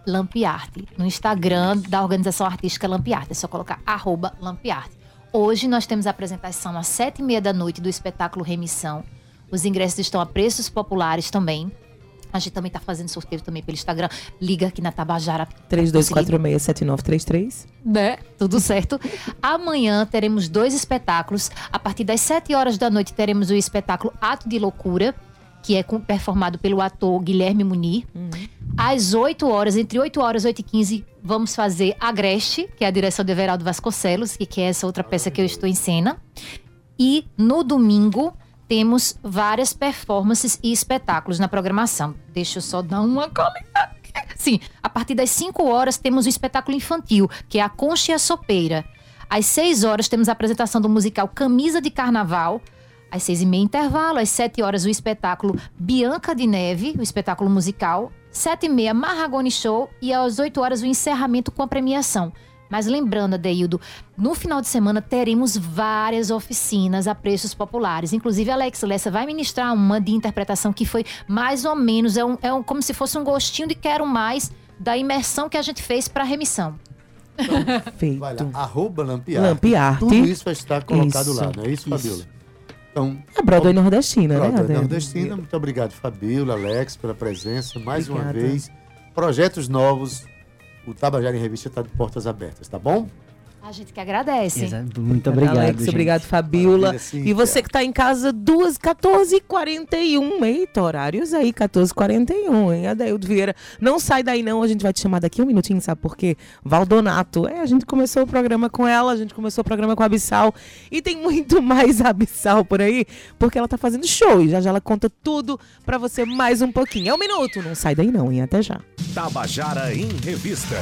D: Lampiarte, no Instagram da organização artística Lampiarte. É só colocar arroba Lampiarte. Hoje nós temos a apresentação às sete e meia da noite do espetáculo Remissão. Os ingressos estão a preços populares também. A gente também está fazendo sorteio também pelo Instagram. Liga aqui na Tabajara.
C: três dois quatro seis, sete nove três três.
D: Né? Tudo certo. Amanhã teremos dois espetáculos. A partir das sete horas da noite teremos o espetáculo Ato de Loucura, que é performado pelo ator Guilherme Munir. Uhum. Às oito horas, entre oito horas e oito e quinze, vamos fazer Agreste, que é a direção de Everaldo Vasconcelos, que é essa outra peça que eu estou em cena. E no domingo temos várias performances e espetáculos na programação. Deixa eu só dar uma colina. Sim, a partir das cinco horas temos o espetáculo infantil, que é a Concha e a Sopeira. Às seis horas temos a apresentação do musical Camisa de Carnaval. Às seis e meia, intervalo. Às sete horas, o espetáculo Bianca de Neve, o espetáculo musical. Sete e meia, Marragone Show. E às oito horas, o encerramento com a premiação. Mas lembrando, Adeildo, no final de semana teremos várias oficinas a preços populares. Inclusive, Alex Lessa vai ministrar uma de interpretação que foi mais ou menos, é, um, é um, como se fosse um gostinho de quero mais da imersão que a gente fez para a remissão.
B: Então,
C: Feito.
B: Vai lá, arroba Lampiarte.
C: Lampiarte.
B: Tudo isso vai estar colocado
C: Isso.
B: lá, não é isso, Fabiola? Então,
C: A Broadway Nordestina, né?
B: Broadway
C: Adel?
B: Nordestina. Muito obrigado, Fabiola, Alex, pela presença. Mais uma
C: Obrigada.
B: vez. Projetos novos. O Tabajara em Revista está de portas abertas, tá bom?
D: A gente que agradece.
E: Exato. Muito obrigado,
C: Alex,
E: gente.
C: obrigado, Fabiola.
B: Maravilha, Cíntia.
C: E você que está em casa, duas, quatorze e quarenta e um. Eita, horários aí, quatorze e quarenta e um, hein? Adeildo Vieira. Não sai daí não, a gente vai te chamar daqui um minutinho, sabe por quê? Valdonato. É, a gente começou o programa com ela, a gente começou o programa com a Abissal. E tem muito mais Abissal por aí, porque ela tá fazendo show. E já já ela conta tudo pra você mais um pouquinho. É um minuto, não sai daí não, hein? Até já.
A: Tabajara em Revista.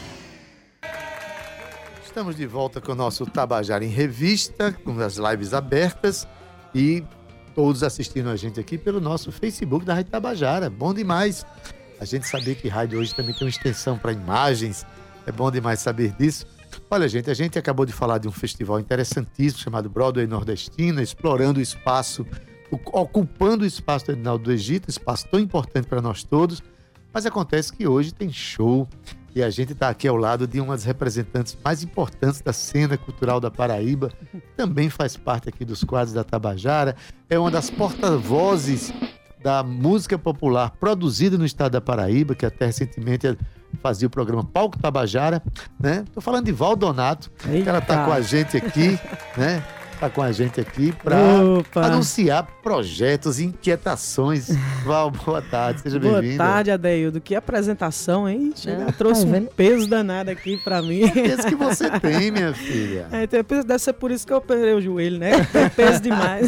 B: Estamos de volta com o nosso Tabajara em Revista, com as lives abertas e todos assistindo a gente aqui pelo nosso Facebook da Rádio Tabajara. Bom demais a gente saber que rádio hoje também tem uma extensão para imagens. É bom demais saber disso. Olha, gente, a gente acabou de falar de um festival interessantíssimo chamado Broadway Nordestina, explorando o espaço, ocupando o espaço do Edinaldo do Egito, espaço tão importante para nós todos. Mas acontece que hoje tem show. E a gente está aqui ao lado de uma das representantes mais importantes da cena cultural da Paraíba, que também faz parte aqui dos quadros da Tabajara, é uma das porta-vozes da música popular produzida no estado da Paraíba, que até recentemente fazia o programa Palco Tabajara, né? Tô falando de Valdonato, que ela tá com a gente aqui, né? Tá com a gente aqui para anunciar projetos e inquietações. Val, boa tarde, seja bem-vindo.
K: Boa tarde, Adeildo. Que apresentação, hein? Chega,
C: Ah,
K: trouxe
C: tá
K: um
C: vendo?
K: peso danado aqui pra mim.
B: É peso que você tem, minha filha.
K: É, tem peso, deve ser por isso que eu operei o joelho, né? Tem peso demais.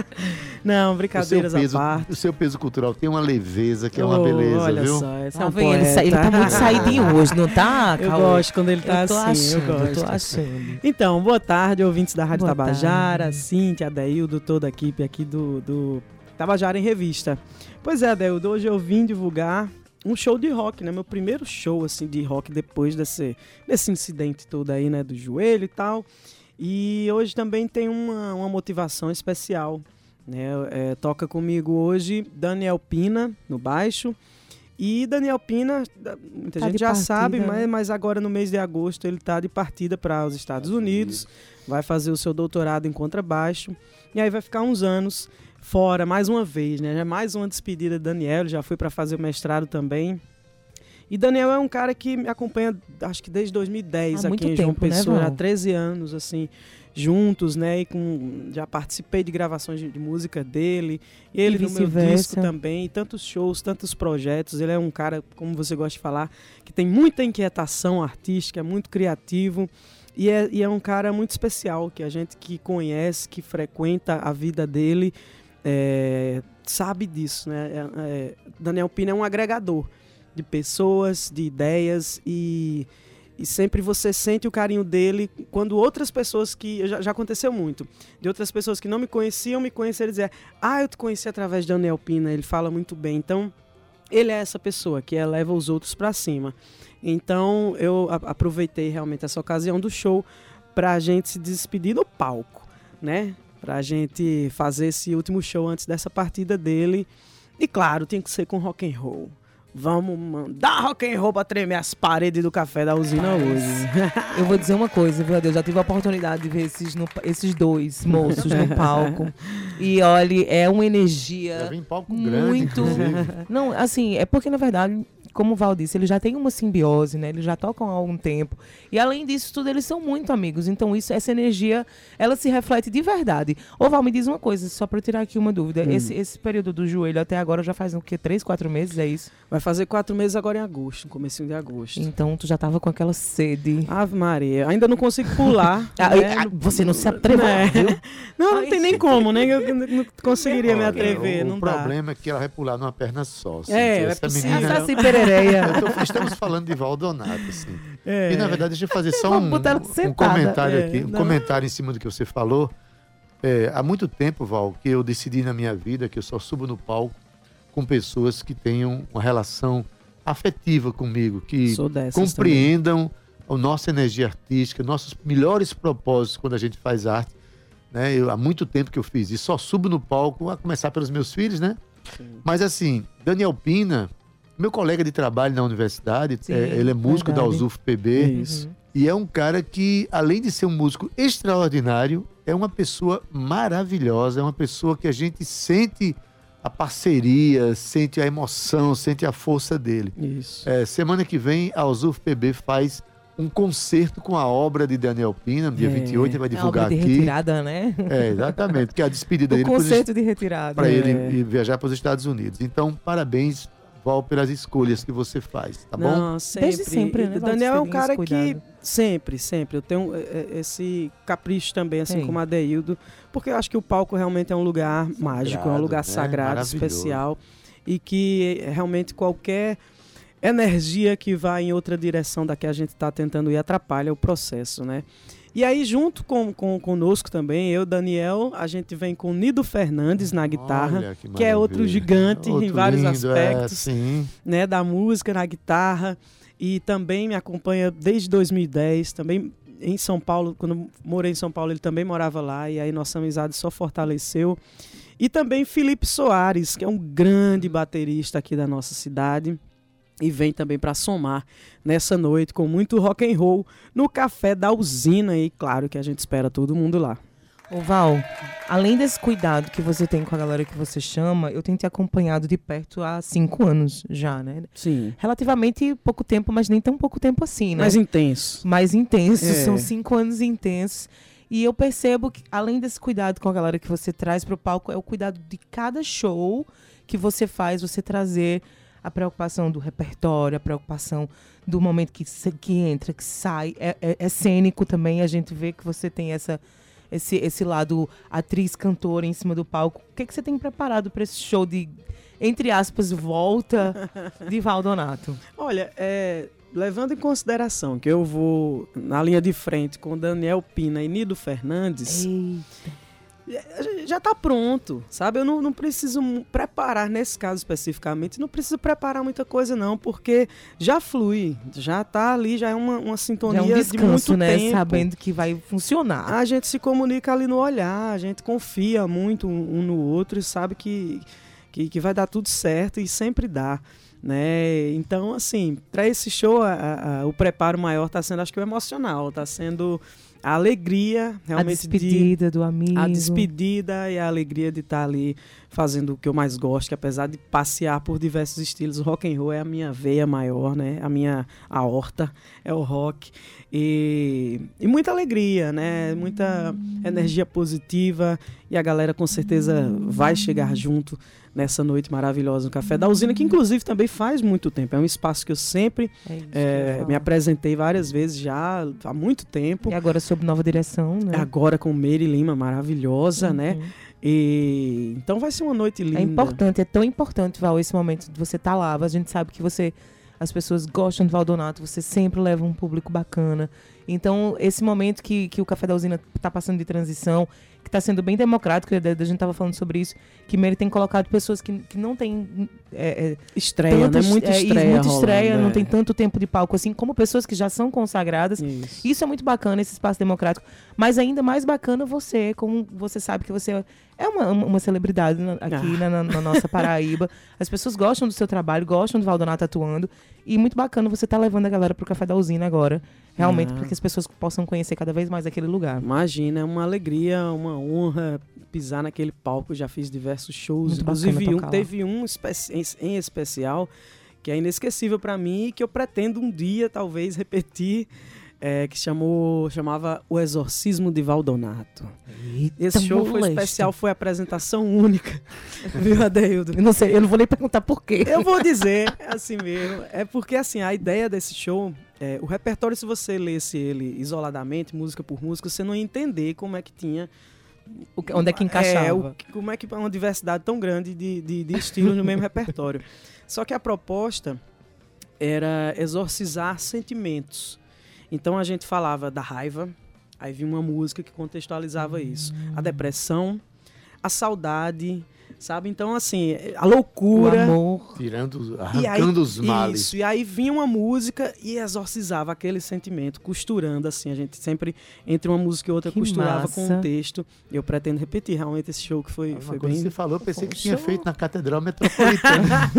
K: Não, brincadeiras
B: o seu peso,
K: à parte.
B: O seu peso cultural tem uma leveza que é
K: Oh,
B: uma beleza,
K: olha
B: viu?
K: só, esse é
C: Tá
K: um
C: vendo? Ele,
K: poeta.
C: sa- ele tá muito saidinho hoje, não tá,
K: Eu
C: Cauê?
K: gosto quando ele tá
C: Eu tô
K: assim, eu
C: achando, eu tô
K: gosto.
C: achando.
K: Então, boa tarde, ouvintes da Rádio
C: Boa
K: Tabajara,
C: tarde.
K: Cíntia, Adeildo, toda a equipe aqui do, do Tabajara em Revista. Pois é, Adeildo, hoje eu vim divulgar um show de rock, né? Meu primeiro show, assim, de rock depois desse, desse incidente todo aí, né? Do joelho e tal. E hoje também tem uma, uma motivação especial, né? É, toca comigo hoje Daniel Pina, no baixo. E Daniel Pina, muita
C: Tá
K: gente
C: de
K: já
C: partida,
K: sabe,
C: né?
K: mas, mas agora no mês de agosto ele tá de partida para os Estados Unidos, vai fazer o seu doutorado em contrabaixo, e aí vai ficar uns anos fora, mais uma vez, né? Já mais uma despedida de Daniel, ele já foi para fazer o mestrado também. E Daniel é um cara que me acompanha, acho que desde dois mil e dez,
C: Há
K: aqui
C: muito
K: em João
C: tempo, né,
K: Pessoa,
C: Val?
K: há treze anos, assim, juntos, né? E com, já participei de gravações de, de música dele, ele
C: E
K: no meu
C: vice-versa.
K: disco também, e tantos shows, tantos projetos. Ele é um cara, como você gosta de falar, que tem muita inquietação artística, é muito criativo. E é, e é um cara muito especial, que a gente que conhece, que frequenta a vida dele, é, sabe disso, né? É, é, Daniel Pina é um agregador de pessoas, de ideias, e, e sempre você sente o carinho dele quando outras pessoas que... Já, já aconteceu muito, de outras pessoas que não me conheciam, me conheceram e dizer: ah, eu te conheci através de Daniel Pina, ele fala muito bem. Então, ele é essa pessoa que eleva os outros para cima. Então, eu a- aproveitei realmente essa ocasião do show para a gente se despedir do palco, né? Para a gente fazer esse último show antes dessa partida dele. E claro, tem que ser com rock and roll. Vamos mandar rock and roll pra tremer as paredes do Café da Usina hoje.
C: Eu vou dizer uma coisa, viu, Adeus? Já tive a oportunidade de ver esses, no, esses dois moços no palco. E olha, é uma energia
B: Já vem palco
C: muito...
B: grande,
C: Não, assim, é porque, na verdade, como o Val disse, eles já têm uma simbiose, né? Eles já tocam há algum tempo. E, além disso tudo, eles são muito amigos. Então, isso, essa energia, ela se reflete de verdade. Ô, Val, me diz uma coisa, só pra eu tirar aqui uma dúvida.
K: Hum.
C: Esse, esse período do joelho até agora já faz o quê? Três, quatro meses, é isso?
K: Vai fazer quatro meses agora em agosto, no comecinho de agosto.
C: Então, tu já tava com aquela sede.
K: Ave Maria, ainda não consigo pular.
C: Ah,
K: né?
C: ah, você não se atreveu,
K: É.
C: viu?
K: Não, não tem nem como, né? Eu não não conseguiria me
B: Olha,
K: atrever,
B: o,
K: não
B: o
K: dá.
B: problema é que ela vai pular numa perna só. Assim,
K: É,
B: que
K: é
B: essa
K: possível.
B: menina...
K: Saci perereia.
B: Eu tô- estamos falando de Valdonato, assim.
K: É.
B: E, na verdade, deixa eu fazer só
C: Vamos
B: um,
C: botar ela
B: um
C: sentada.
B: comentário
C: É,
B: aqui. Um
C: não.
B: comentário em cima do que você falou. É, há muito tempo, Val, que eu decidi na minha vida que eu só subo no palco com pessoas que tenham uma relação afetiva comigo, que
K: Sou dessas
B: compreendam a nossa energia artística, nossos melhores propósitos quando a gente faz arte. Né? Eu, há muito tempo que eu fiz isso. Só subo no palco, a começar pelos meus filhos, né? Mas assim, Daniel Pina, meu colega de trabalho na universidade,
C: Sim,
B: é, ele é músico
C: verdade.
B: da U S U F P B.
K: Isso.
B: E é um cara que, além de ser um músico extraordinário, é uma pessoa maravilhosa, é uma pessoa que a gente sente a parceria, sente a emoção, sente a força dele.
K: Isso.
B: É, semana que vem, a U S U F P B faz um concerto com a obra de Daniel Pina, no dia
K: É.
B: vinte e oito, ele vai
C: É a
B: divulgar
C: obra de
B: aqui.
C: retirada, né?
B: É, exatamente, que é a despedida
C: O
B: dele
C: conceito de retirada.
B: para
C: É.
B: ele ir viajar para os Estados Unidos. Então, parabéns, Val, pelas escolhas que você faz, tá bom?
K: Não, sempre.
C: Desde sempre, né,
K: E
C: Val,
K: Daniel é um
C: você tem esse
K: cara que
C: cuidado.
K: sempre, sempre. Eu tenho é, é, esse capricho também, assim
C: Tem.
K: como a Adeildo, porque eu acho que o palco realmente é um lugar mágico, é um lugar
B: né?
K: sagrado,
B: Maravilhoso.
K: especial, e que é, realmente qualquer energia que vá em outra direção da que a gente está tentando ir atrapalha o processo, né? E aí, junto com, com conosco também, eu, Daniel, a gente vem com Nido Fernandes na guitarra,
B: Olha, que
K: que é outro
B: maravilha.
K: gigante
B: Outro
K: em vários
B: lindo,
K: aspectos,
B: é, sim.
K: né, da música na guitarra, e também me acompanha desde dois mil e dez, também em São Paulo, quando eu morei em São Paulo, ele também morava lá, e aí nossa amizade só fortaleceu. E também Felipe Soares, que é um grande baterista aqui da nossa cidade, e vem também para somar nessa noite com muito rock and roll no Café da Usina, e claro que a gente espera todo mundo lá.
C: Ô Val, além desse cuidado que você tem com a galera que você chama, eu tenho te acompanhado de perto há cinco anos já, né?
K: Sim.
C: Relativamente pouco tempo, mas nem tão pouco tempo assim, né?
K: Mais intenso.
C: Mais intenso,
K: É.
C: são cinco anos intensos. E eu percebo que, além desse cuidado com a galera que você traz pro palco, é o cuidado de cada show que você faz, você trazer a preocupação do repertório, a preocupação do momento que, se- que entra, que sai. É, é- é cênico também, a gente vê que você tem essa, esse, esse lado atriz, cantora em cima do palco. O que, que você tem preparado para esse show de, entre aspas, volta de Valdonato?
K: Olha, é, levando em consideração que eu vou na linha de frente com Daniel Pina e Nido Fernandes, é, já está pronto, sabe? Eu não, não preciso mu- preparar, nesse caso especificamente, não preciso preparar muita coisa não, porque já flui, já está ali, já é uma, uma sintonia
C: Já é um
K: de
C: descanso,
K: muito
C: né?
K: tempo.
C: Sabendo que vai funcionar.
K: A gente se comunica ali no olhar, a gente confia muito um no outro e sabe que, que, que vai dar tudo certo, e sempre dá, né? Então, assim, para esse show, a- a- a- o preparo maior está sendo, acho que o emocional, está sendo a alegria, realmente,
C: a despedida
K: de,
C: do amigo.
K: a despedida e a alegria de estar ali fazendo o que eu mais gosto, que apesar de passear por diversos estilos, o rock and roll é a minha veia maior, né? A minha aorta é o rock. E, e muita alegria, né? Muita energia positiva, e a galera com certeza vai chegar junto nessa noite maravilhosa no Café da Usina, que inclusive também faz muito tempo. É um espaço que eu sempre
C: É isso
K: eh,
C: que eu ia falar.
K: me apresentei várias vezes já, há muito tempo.
C: E agora sob nova direção, né?
K: Agora com Meire Lima, maravilhosa,
C: Uhum.
K: né? E então vai ser uma noite linda.
C: É importante, é tão importante, Val, esse momento de você estar lá. A gente sabe que você, as pessoas gostam do Valdonato, você sempre leva um público bacana. Então, esse momento que, que o Café da Usina está passando de transição, que está sendo bem democrático, a gente estava falando sobre isso, que ele tem colocado pessoas que, que não têm... É, é,
K: estreia,
C: tantas,
K: né? Muita
C: é,
K: estreia
C: muita estreia,
K: rolando,
C: não
K: é.
C: tem tanto tempo de palco assim, como pessoas que já são consagradas.
K: Isso.
C: Isso é muito bacana, esse espaço democrático. Mas ainda mais bacana você, como você sabe que você é uma, uma celebridade na- aqui
K: Ah.
C: na, na- na nossa Paraíba. As pessoas gostam do seu trabalho, gostam do Valdonato atuando. E muito bacana você estar levando a galera pro Café da Usina agora. Realmente,
K: Ah.
C: para que as pessoas possam conhecer cada vez mais aquele lugar.
K: Imagina, é uma alegria, uma honra pisar naquele palco. Eu já fiz diversos shows,
C: Muito
K: inclusive
C: bacana
K: um,
C: tocar lá.
K: teve um espe- em, em especial que é inesquecível para mim e que eu pretendo um dia talvez repetir, é, que chamou, chamava O Exorcismo de Valdonato. Esse show foi
C: moleste.
K: especial, foi apresentação única, viu, Adeildo?
C: Eu não sei, eu não vou nem perguntar por quê.
K: Eu vou dizer, assim mesmo. É porque, assim, a ideia desse show, é, o repertório, se você lesse ele isoladamente, música por música, você não ia entender como é que tinha...
C: O que- onde é que encaixava.
K: É, o que- como é que é uma diversidade tão grande de, de, de estilos no mesmo repertório. Só que a proposta era exorcizar sentimentos. Então a gente falava da raiva, aí vinha uma música que contextualizava isso. A depressão, a saudade, sabe? Então, assim, a loucura.
C: O amor.
B: Tirando,
K: E aí-
B: arrancando os males.
K: Isso, e aí vinha uma música e exorcizava aquele sentimento, costurando, assim. A gente sempre, entre uma música e outra,
C: Que
K: costurava com
C: massa.
K: um texto. Eu pretendo repetir realmente esse show que foi,
B: Mas
K: foi
B: quando
K: bem...
B: você falou, eu pensei que
K: Foi um
B: tinha
K: show.
B: feito na Catedral Metropolitana.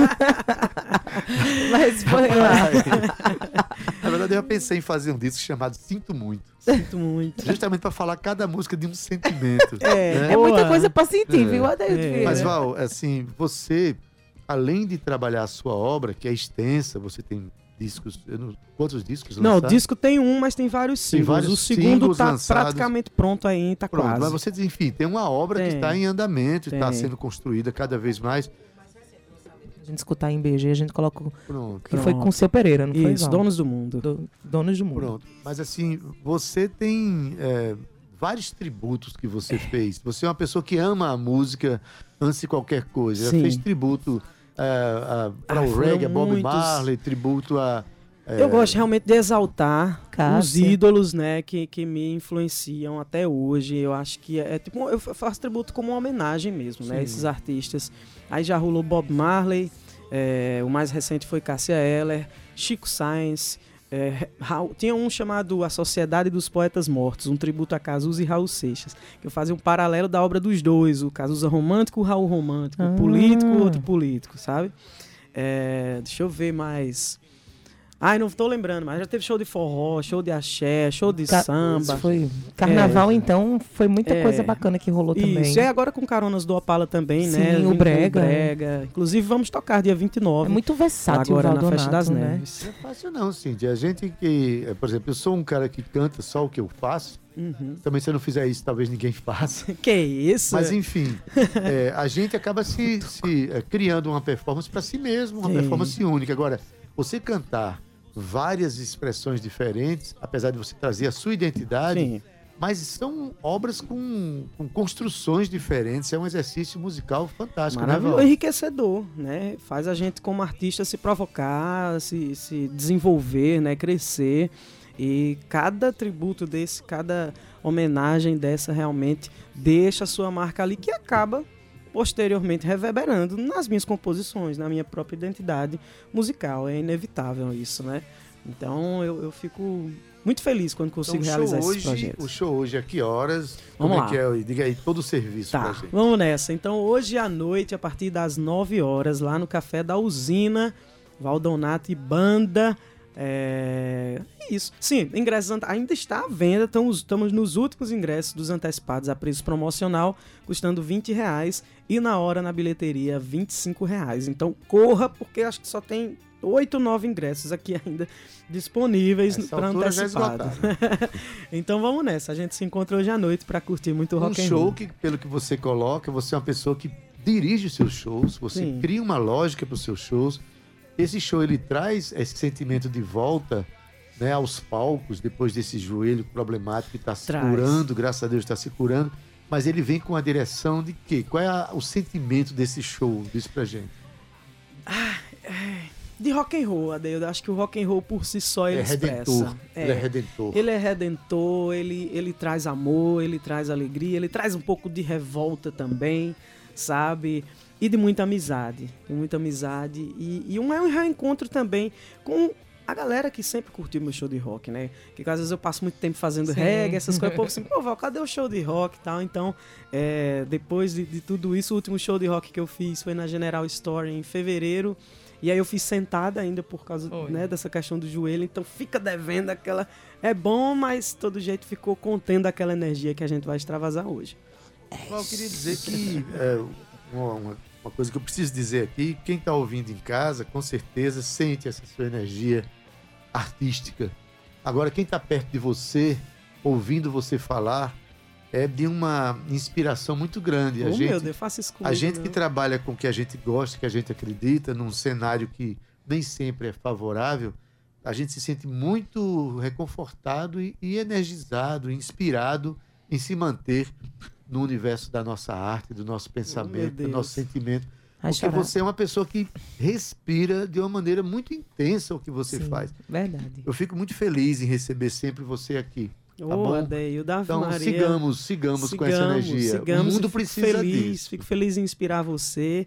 C: Mas foi lá.
B: Na verdade, eu pensei em fazer um disco chamado Sinto Muito.
K: Sinto muito.
B: Justamente para falar cada música de um sentimento.
K: É,
B: né?
C: É muita coisa pra sentir, viu, Adeildo
K: É.
C: Vieira?
B: Mas, Val, assim, você, além de trabalhar a sua obra, que é extensa, você tem discos... eu não- Quantos discos
K: Não, o
B: lançados?
K: disco tem um, mas tem vários
B: Tem
K: singles.
B: vários
K: o segundo
B: singles
K: tá
B: lançados.
K: praticamente pronto aí, tá
B: Pronto,
K: quase.
B: mas você, enfim, tem uma obra que
K: Tem.
B: está em andamento, está
K: Tem.
B: sendo construída cada vez mais.
C: A gente escutar em B G, a gente colocou...
B: Pronto.
C: Que foi com o seu Pereira, não foi,
K: Isso,
C: Val?
K: Donos do Mundo.
C: Do- Donos do Mundo.
B: Pronto. Mas assim, você tem é, vários tributos que você fez. Você é uma pessoa que ama a música antes de qualquer coisa. Já
K: Sim.
B: fez tributo para
K: Ah,
B: o
K: foram
B: reggae, a Bob
K: muitos.
B: Marley, tributo a... é,
K: Eu gosto realmente de exaltar os
C: Cássia.
K: ídolos, né, que, que me influenciam até hoje. Eu acho que é, é tipo, eu faço tributo como uma homenagem mesmo, né,
B: Sim.
K: esses artistas. Aí já rolou Bob Marley, é, o mais recente foi Cássia Eller, Chico Sainz, é, Raul- tinha um chamado A Sociedade dos Poetas Mortos, um tributo a Cazuza e Raul Seixas, que eu fazia um paralelo da obra dos dois, o Cazuza romântico, o Raul romântico,
C: Ah.
K: o político, o outro político, sabe? É, deixa eu ver mais... Ai, não tô lembrando, mas já teve show de forró, show de axé, show de
C: Ca-
K: samba.
C: Foi. Carnaval,
K: É.
C: então, foi muita
K: É.
C: coisa bacana que rolou também.
K: Isso, e agora com Caronas do Opala também, né?
C: Sim, o
K: Vim com
C: Brega.
K: Brega. Inclusive, vamos tocar dia vinte e nove.
C: É muito versátil
K: agora
C: o
K: na Festa das
C: Valdonato, né?
K: Neves.
B: Não é fácil não, Cíntia. A gente que... é, Por exemplo, eu sou um cara que canta só o que eu faço.
K: Uhum.
B: Também se eu não fizer isso, talvez ninguém faça.
K: Que isso?
B: Mas enfim, é, a gente acaba se, se, é, criando uma performance para si mesmo, uma
K: Sim.
B: performance única. Agora, você cantar várias expressões diferentes, apesar de você trazer a sua identidade,
K: Sim.
B: mas são obras com, com construções diferentes. É um exercício musical fantástico, né,
K: Maravilhoso,
B: Val?
K: enriquecedor, né? Faz a gente como artista se provocar, se, se desenvolver, né? Crescer. E cada tributo desse, cada homenagem dessa realmente deixa a sua marca ali, que acaba posteriormente reverberando nas minhas composições, na minha própria identidade musical. É inevitável isso, né? Então eu, eu fico muito feliz quando consigo
B: Então, o
K: realizar
B: show
K: esses
B: hoje,
K: projetos.
B: o show hoje, a que horas?
K: Vamos
B: Como
K: lá.
B: é que é? Diga aí todo o serviço pra
K: Tá,
B: gente.
K: vamos nessa. Então, hoje à noite, a partir das nove horas, lá no Café da Usina, Valdonato e Banda. É... Isso. Sim, ingressos ante- ainda está à venda. Estamos, estamos nos últimos ingressos dos antecipados a preço promocional, custando vinte reais. E na hora, na bilheteria, vinte e cinco reais. Então, corra, porque acho que só tem oito, nove ingressos aqui ainda disponíveis
B: Essa
K: para
B: altura já
K: antecipado. Então vamos nessa. A gente se encontra hoje à noite para curtir muito
B: Um
K: rock and
B: show
K: roll.
B: que, pelo que você coloca, você é uma pessoa que dirige os seus shows, você
K: Sim.
B: cria uma lógica para os seus shows. Esse show, ele traz esse sentimento de volta, né, aos palcos, depois desse joelho problemático que está se
K: Traz.
B: curando, graças a Deus está se curando, mas ele vem com a direção de quê? Qual é a- o sentimento desse show? Diz pra gente.
K: De rock and roll, Adeildo. Acho que o rock and roll por si só ele
B: É
K: expressa.
B: redentor. Ele é redentor.
K: Ele é redentor, ele, ele traz amor, ele traz alegria, ele traz um pouco de revolta também, sabe? E de muita amizade. De muita amizade. E, e um, é um reencontro também com a galera que sempre curtiu meu show de rock, né? Que às vezes eu passo muito tempo fazendo
C: Sim.
K: reggae, essas coisas. O povo assim, pô, Val, cadê o show de rock e tal? Então, é, depois de, de tudo isso, o último show de rock que eu fiz foi na General Store em fevereiro. E aí eu fiz sentada ainda por causa, né, dessa questão do joelho. Então fica devendo aquela... É bom, mas todo jeito ficou contendo aquela energia que a gente vai extravasar hoje.
B: Bom, eu queria dizer que é, uma, uma, uma coisa que eu preciso dizer aqui, quem está ouvindo em casa, com certeza sente essa sua energia artística. Agora, quem está perto de você, ouvindo você falar, é de uma inspiração muito grande. A
K: Oh,
B: gente,
K: meu Deus, faça isso comigo,
B: a gente
K: não.
B: que trabalha com o que a gente gosta, que a gente acredita, num cenário que nem sempre é favorável, a gente se sente muito reconfortado e, e energizado, inspirado em se manter no universo da nossa arte, do nosso pensamento, do
K: Deus.
B: nosso sentimento.
C: Vai
B: Porque
C: chorar.
B: você é uma pessoa que respira de uma maneira muito intensa o que você
C: Sim,
B: faz.
C: verdade.
B: Eu fico muito feliz em receber sempre você aqui. Tá
K: Ô,
B: bom?
K: Adeildo, Ave
B: Então
K: Maria.
B: sigamos, sigamos, com essa energia.
K: Sigamos,
B: o mundo
K: fico
B: precisa
K: feliz,
B: disso.
K: Fico feliz em inspirar você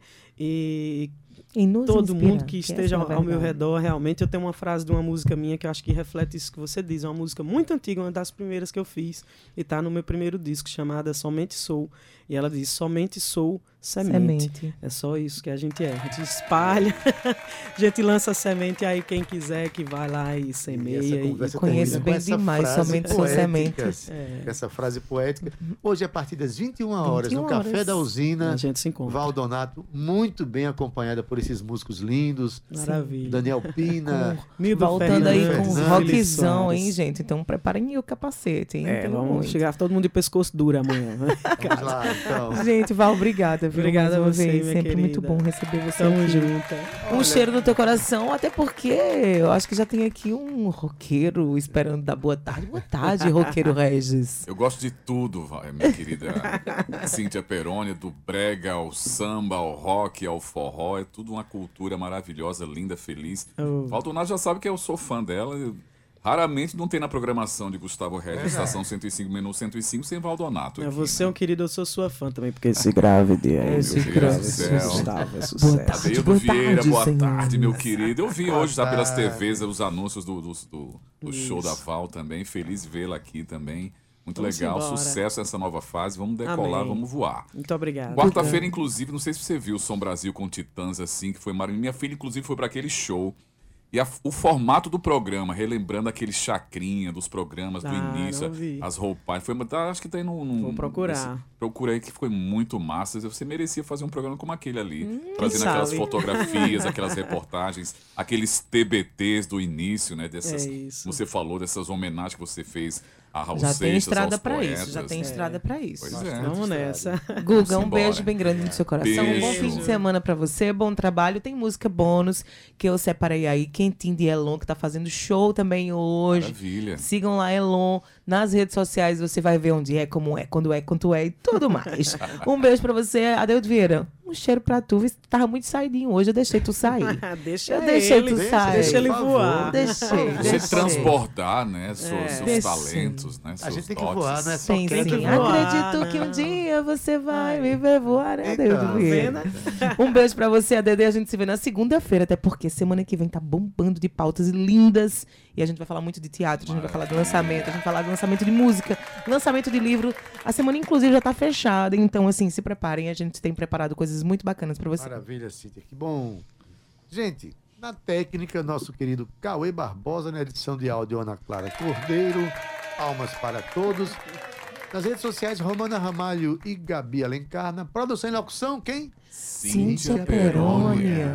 K: e,
C: E nos
K: todo
C: inspirar,
K: mundo que
C: que
K: esteja
C: essa é a
K: ao meu
C: verdade.
K: redor. Realmente, eu tenho uma frase de uma música minha que eu acho que reflete isso que você diz. É uma música muito antiga, uma das primeiras que eu fiz. E tá no meu primeiro disco, chamada Somente Sou. E ela diz, somente sou semente.
C: Semente.
K: É só isso que a gente é. A gente espalha, a gente lança semente, aí quem quiser que vai lá e semeia.
B: E essa
K: E,
B: conversa
C: conheço
B: termina
C: bem
B: com essa
C: demais,
B: frase
C: somente sou
B: poética,
C: semente.
K: É.
B: Essa frase poética. Hoje, a partir das vinte e uma horas, no
C: vinte e uma
B: Café
C: horas.
B: da Usina,
K: A gente se encontra.
B: Valdonato, muito bem acompanhada por esses músicos lindos.
K: Maravilha.
B: Daniel Pina.
K: Mildo
C: Voltando aí com
B: Fernandes.
C: rockzão,
K: Soares.
C: hein, gente? Então preparem o capacete, hein?
K: É,
C: Tem
K: vamos
C: muito.
K: chegar todo mundo de pescoço duro amanhã.
B: Vamos lá, então.
C: Gente, Val, obrigada. Viu?
K: Obrigada
C: Mais uma
K: a você,
C: vez.
K: minha
C: Sempre muito
K: querida.
C: bom receber você
K: Tamo
C: aqui.
K: junto.
C: Um cheiro no teu coração, até porque eu acho que já tem aqui um roqueiro esperando dar boa tarde. Boa tarde, roqueiro Regis.
A: Eu gosto de tudo, vai, minha querida Cíntia Peroni, do brega ao samba, ao rock, ao forró. É tudo uma cultura maravilhosa, linda, feliz.
K: Oh.
A: Valdonato já sabe que eu sou fã dela. eu- Raramente não tem na programação de Gustavo Regis, Estação cento e cinco, Menu cento e cinco, sem Valdonato.
K: É,
A: aqui,
K: você é
A: né?
K: um querido, eu sou sua fã também, porque esse grávide é
A: Meu
K: esse
A: Deus
K: grávide.
A: do céu.
K: Gustavo, é
C: Boa
K: sucesso.
C: tarde.
A: Adeildo
C: boa
A: Vieira,
C: tarde,
A: boa
C: senhores.
A: tarde, meu querido. Eu vi
B: Boa
A: hoje já pelas
B: tarde.
A: T Vs os anúncios do, do, do- do
K: Isso.
A: show da Val também. Feliz vê-la aqui também. Muito
K: Vamos
A: legal.
K: embora.
A: Sucesso nessa nova fase. Vamos decolar,
K: Amém.
A: vamos voar.
K: Muito obrigado.
A: Quarta-feira, inclusive, não sei se você viu o Som Brasil com Titãs assim, que foi maravilhoso. Minha filha, inclusive, foi para aquele show. E a- o formato do programa, relembrando aquele chacrinha dos programas do
K: Ah,
A: início,
K: não vi.
A: as roupagens. Foi, tá, acho que tem num. num
K: Vou procurar.
A: nesse- procura aí que foi muito massa. Você merecia fazer um programa como aquele ali.
K: Hum,
A: trazendo
K: quem
A: aquelas
K: sabe?
A: fotografias, aquelas reportagens, aqueles T B Ts do início, né? Dessas,
K: É isso.
A: Você falou dessas homenagens que você fez a Raul
C: Já tem
A: Seixas,
C: estrada
A: aos
C: pra
A: poetas.
C: isso, já tem
K: É.
C: estrada pra isso.
A: Pois é.
K: Vamos nessa.
C: Guga, um
A: embora.
C: beijo bem grande no seu coração. Um bom
A: Beijo.
C: fim de semana pra você, bom trabalho. Tem música bônus que eu separei aí. Quentinho de Elon, que tá fazendo show também hoje.
A: Maravilha.
C: Sigam lá, Elon. Nas redes sociais você vai ver onde é, como é, quando é, quanto é e tudo mais. Um beijo pra você, Adeildo Vieira. Um cheiro pra tu. Vê se tu tava muito saidinho hoje, eu deixei tu sair.
K: Deixa
C: Eu deixei
K: ele,
C: tu
K: deixa,
C: sair.
K: deixa ele
B: Por favor.
K: voar.
C: Deixei,
A: Você
C: deixei.
A: transbordar, né? Seus,
K: É.
A: seus
C: Deixei.
A: talentos, né?
B: A
A: Seus
B: gente tem que
A: dotes.
B: voar, não é só
C: Sim,
B: quem
C: sim.
K: que voar,
C: Acredito que um
K: não.
C: dia você vai me ver voar, né,
B: Então,
C: Adeildo Vieira? Um beijo pra você, A D D. A gente se vê na segunda-feira, até porque semana que vem tá bombando de pautas lindas. E a gente vai falar muito de teatro, a gente vai falar do lançamento, a gente vai falar do lançamento de música, lançamento de livro. A semana, inclusive, já tá fechada. Então, assim, se preparem. A gente tem preparado coisas muito bacanas pra você.
B: Maravilha, Cíntia. Que bom. Gente, na técnica, nosso querido Cauê Barbosa, na edição de áudio, Ana Clara Cordeiro. Palmas para todos. Nas redes sociais, Romana Ramalho e Gabi Alencar. Na produção e locução, quem?
C: Cíntia Perônia.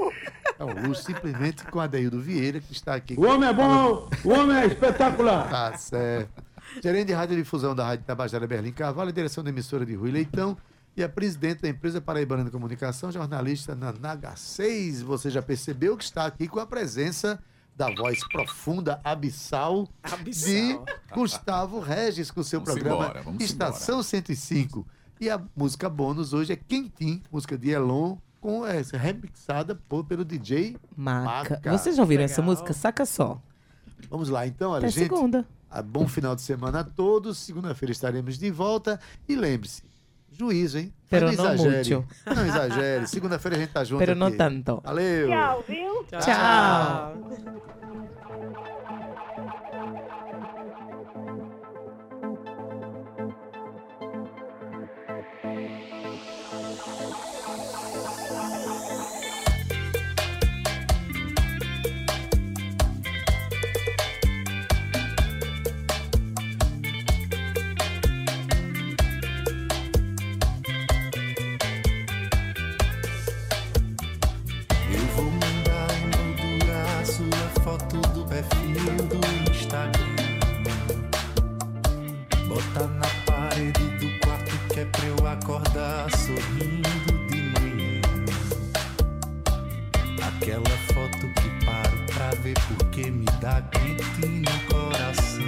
B: É o Lu, simplesmente com Adeildo Vieira, que está aqui.
R: O homem é bom, o homem é espetacular.
B: Tá certo. Gerente de radiodifusão da Rádio Tabajara, Berlim Carvalho, a direção da emissora de Rui Leitão e a presidente da empresa Paraibana de Comunicação, jornalista Nanaga seis. Você já percebeu que está aqui com a presença da voz profunda, abissal,
K: Abissal.
B: de Gustavo Regis, com o seu
A: Vamos
B: programa
A: embora, vamos
B: Estação cento e cinco. E a música bônus hoje é Quentim, música de Elon, com essa remixada por, pelo D J
C: Maca.
B: Maca.
C: Vocês já ouviram
B: Legal.
C: essa música? Saca só.
B: Vamos lá, então, olha,
C: Até
B: gente.
C: segunda.
B: ah, Bom final de semana a todos. Segunda-feira estaremos de volta. E lembre-se, juízo, hein? Mas
C: Pero
B: não
C: não
B: exagere.
C: muito.
B: Não exagere. Segunda-feira a gente tá junto
C: Pero
B: aqui.
C: não tanto.
B: Valeu.
S: Tchau, viu?
C: Tchau. Tchau.
F: Eu vou mandar emoldurar a sua foto do perfil do Instagram. Botar na parede do quarto que é pra eu acordar sorrindo de manhã. Aquela foto que paro pra ver porque me dá quente no coração.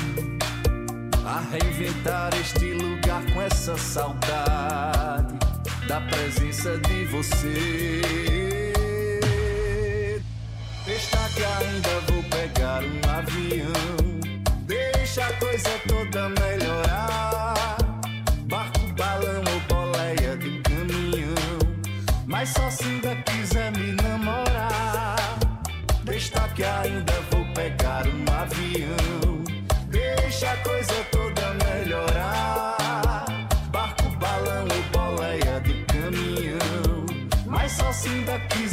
F: A reinventar este lugar com essa saudade da presença de você. Deixa que ainda vou pegar um avião. Deixa a coisa toda melhorar. Barco, balão ou boleia de caminhão. Mas só se ainda quiser me namorar. Deixa que ainda vou pegar um avião. Deixa a coisa toda melhorar. Barco, balão ou boleia de caminhão. Mas só se ainda quiser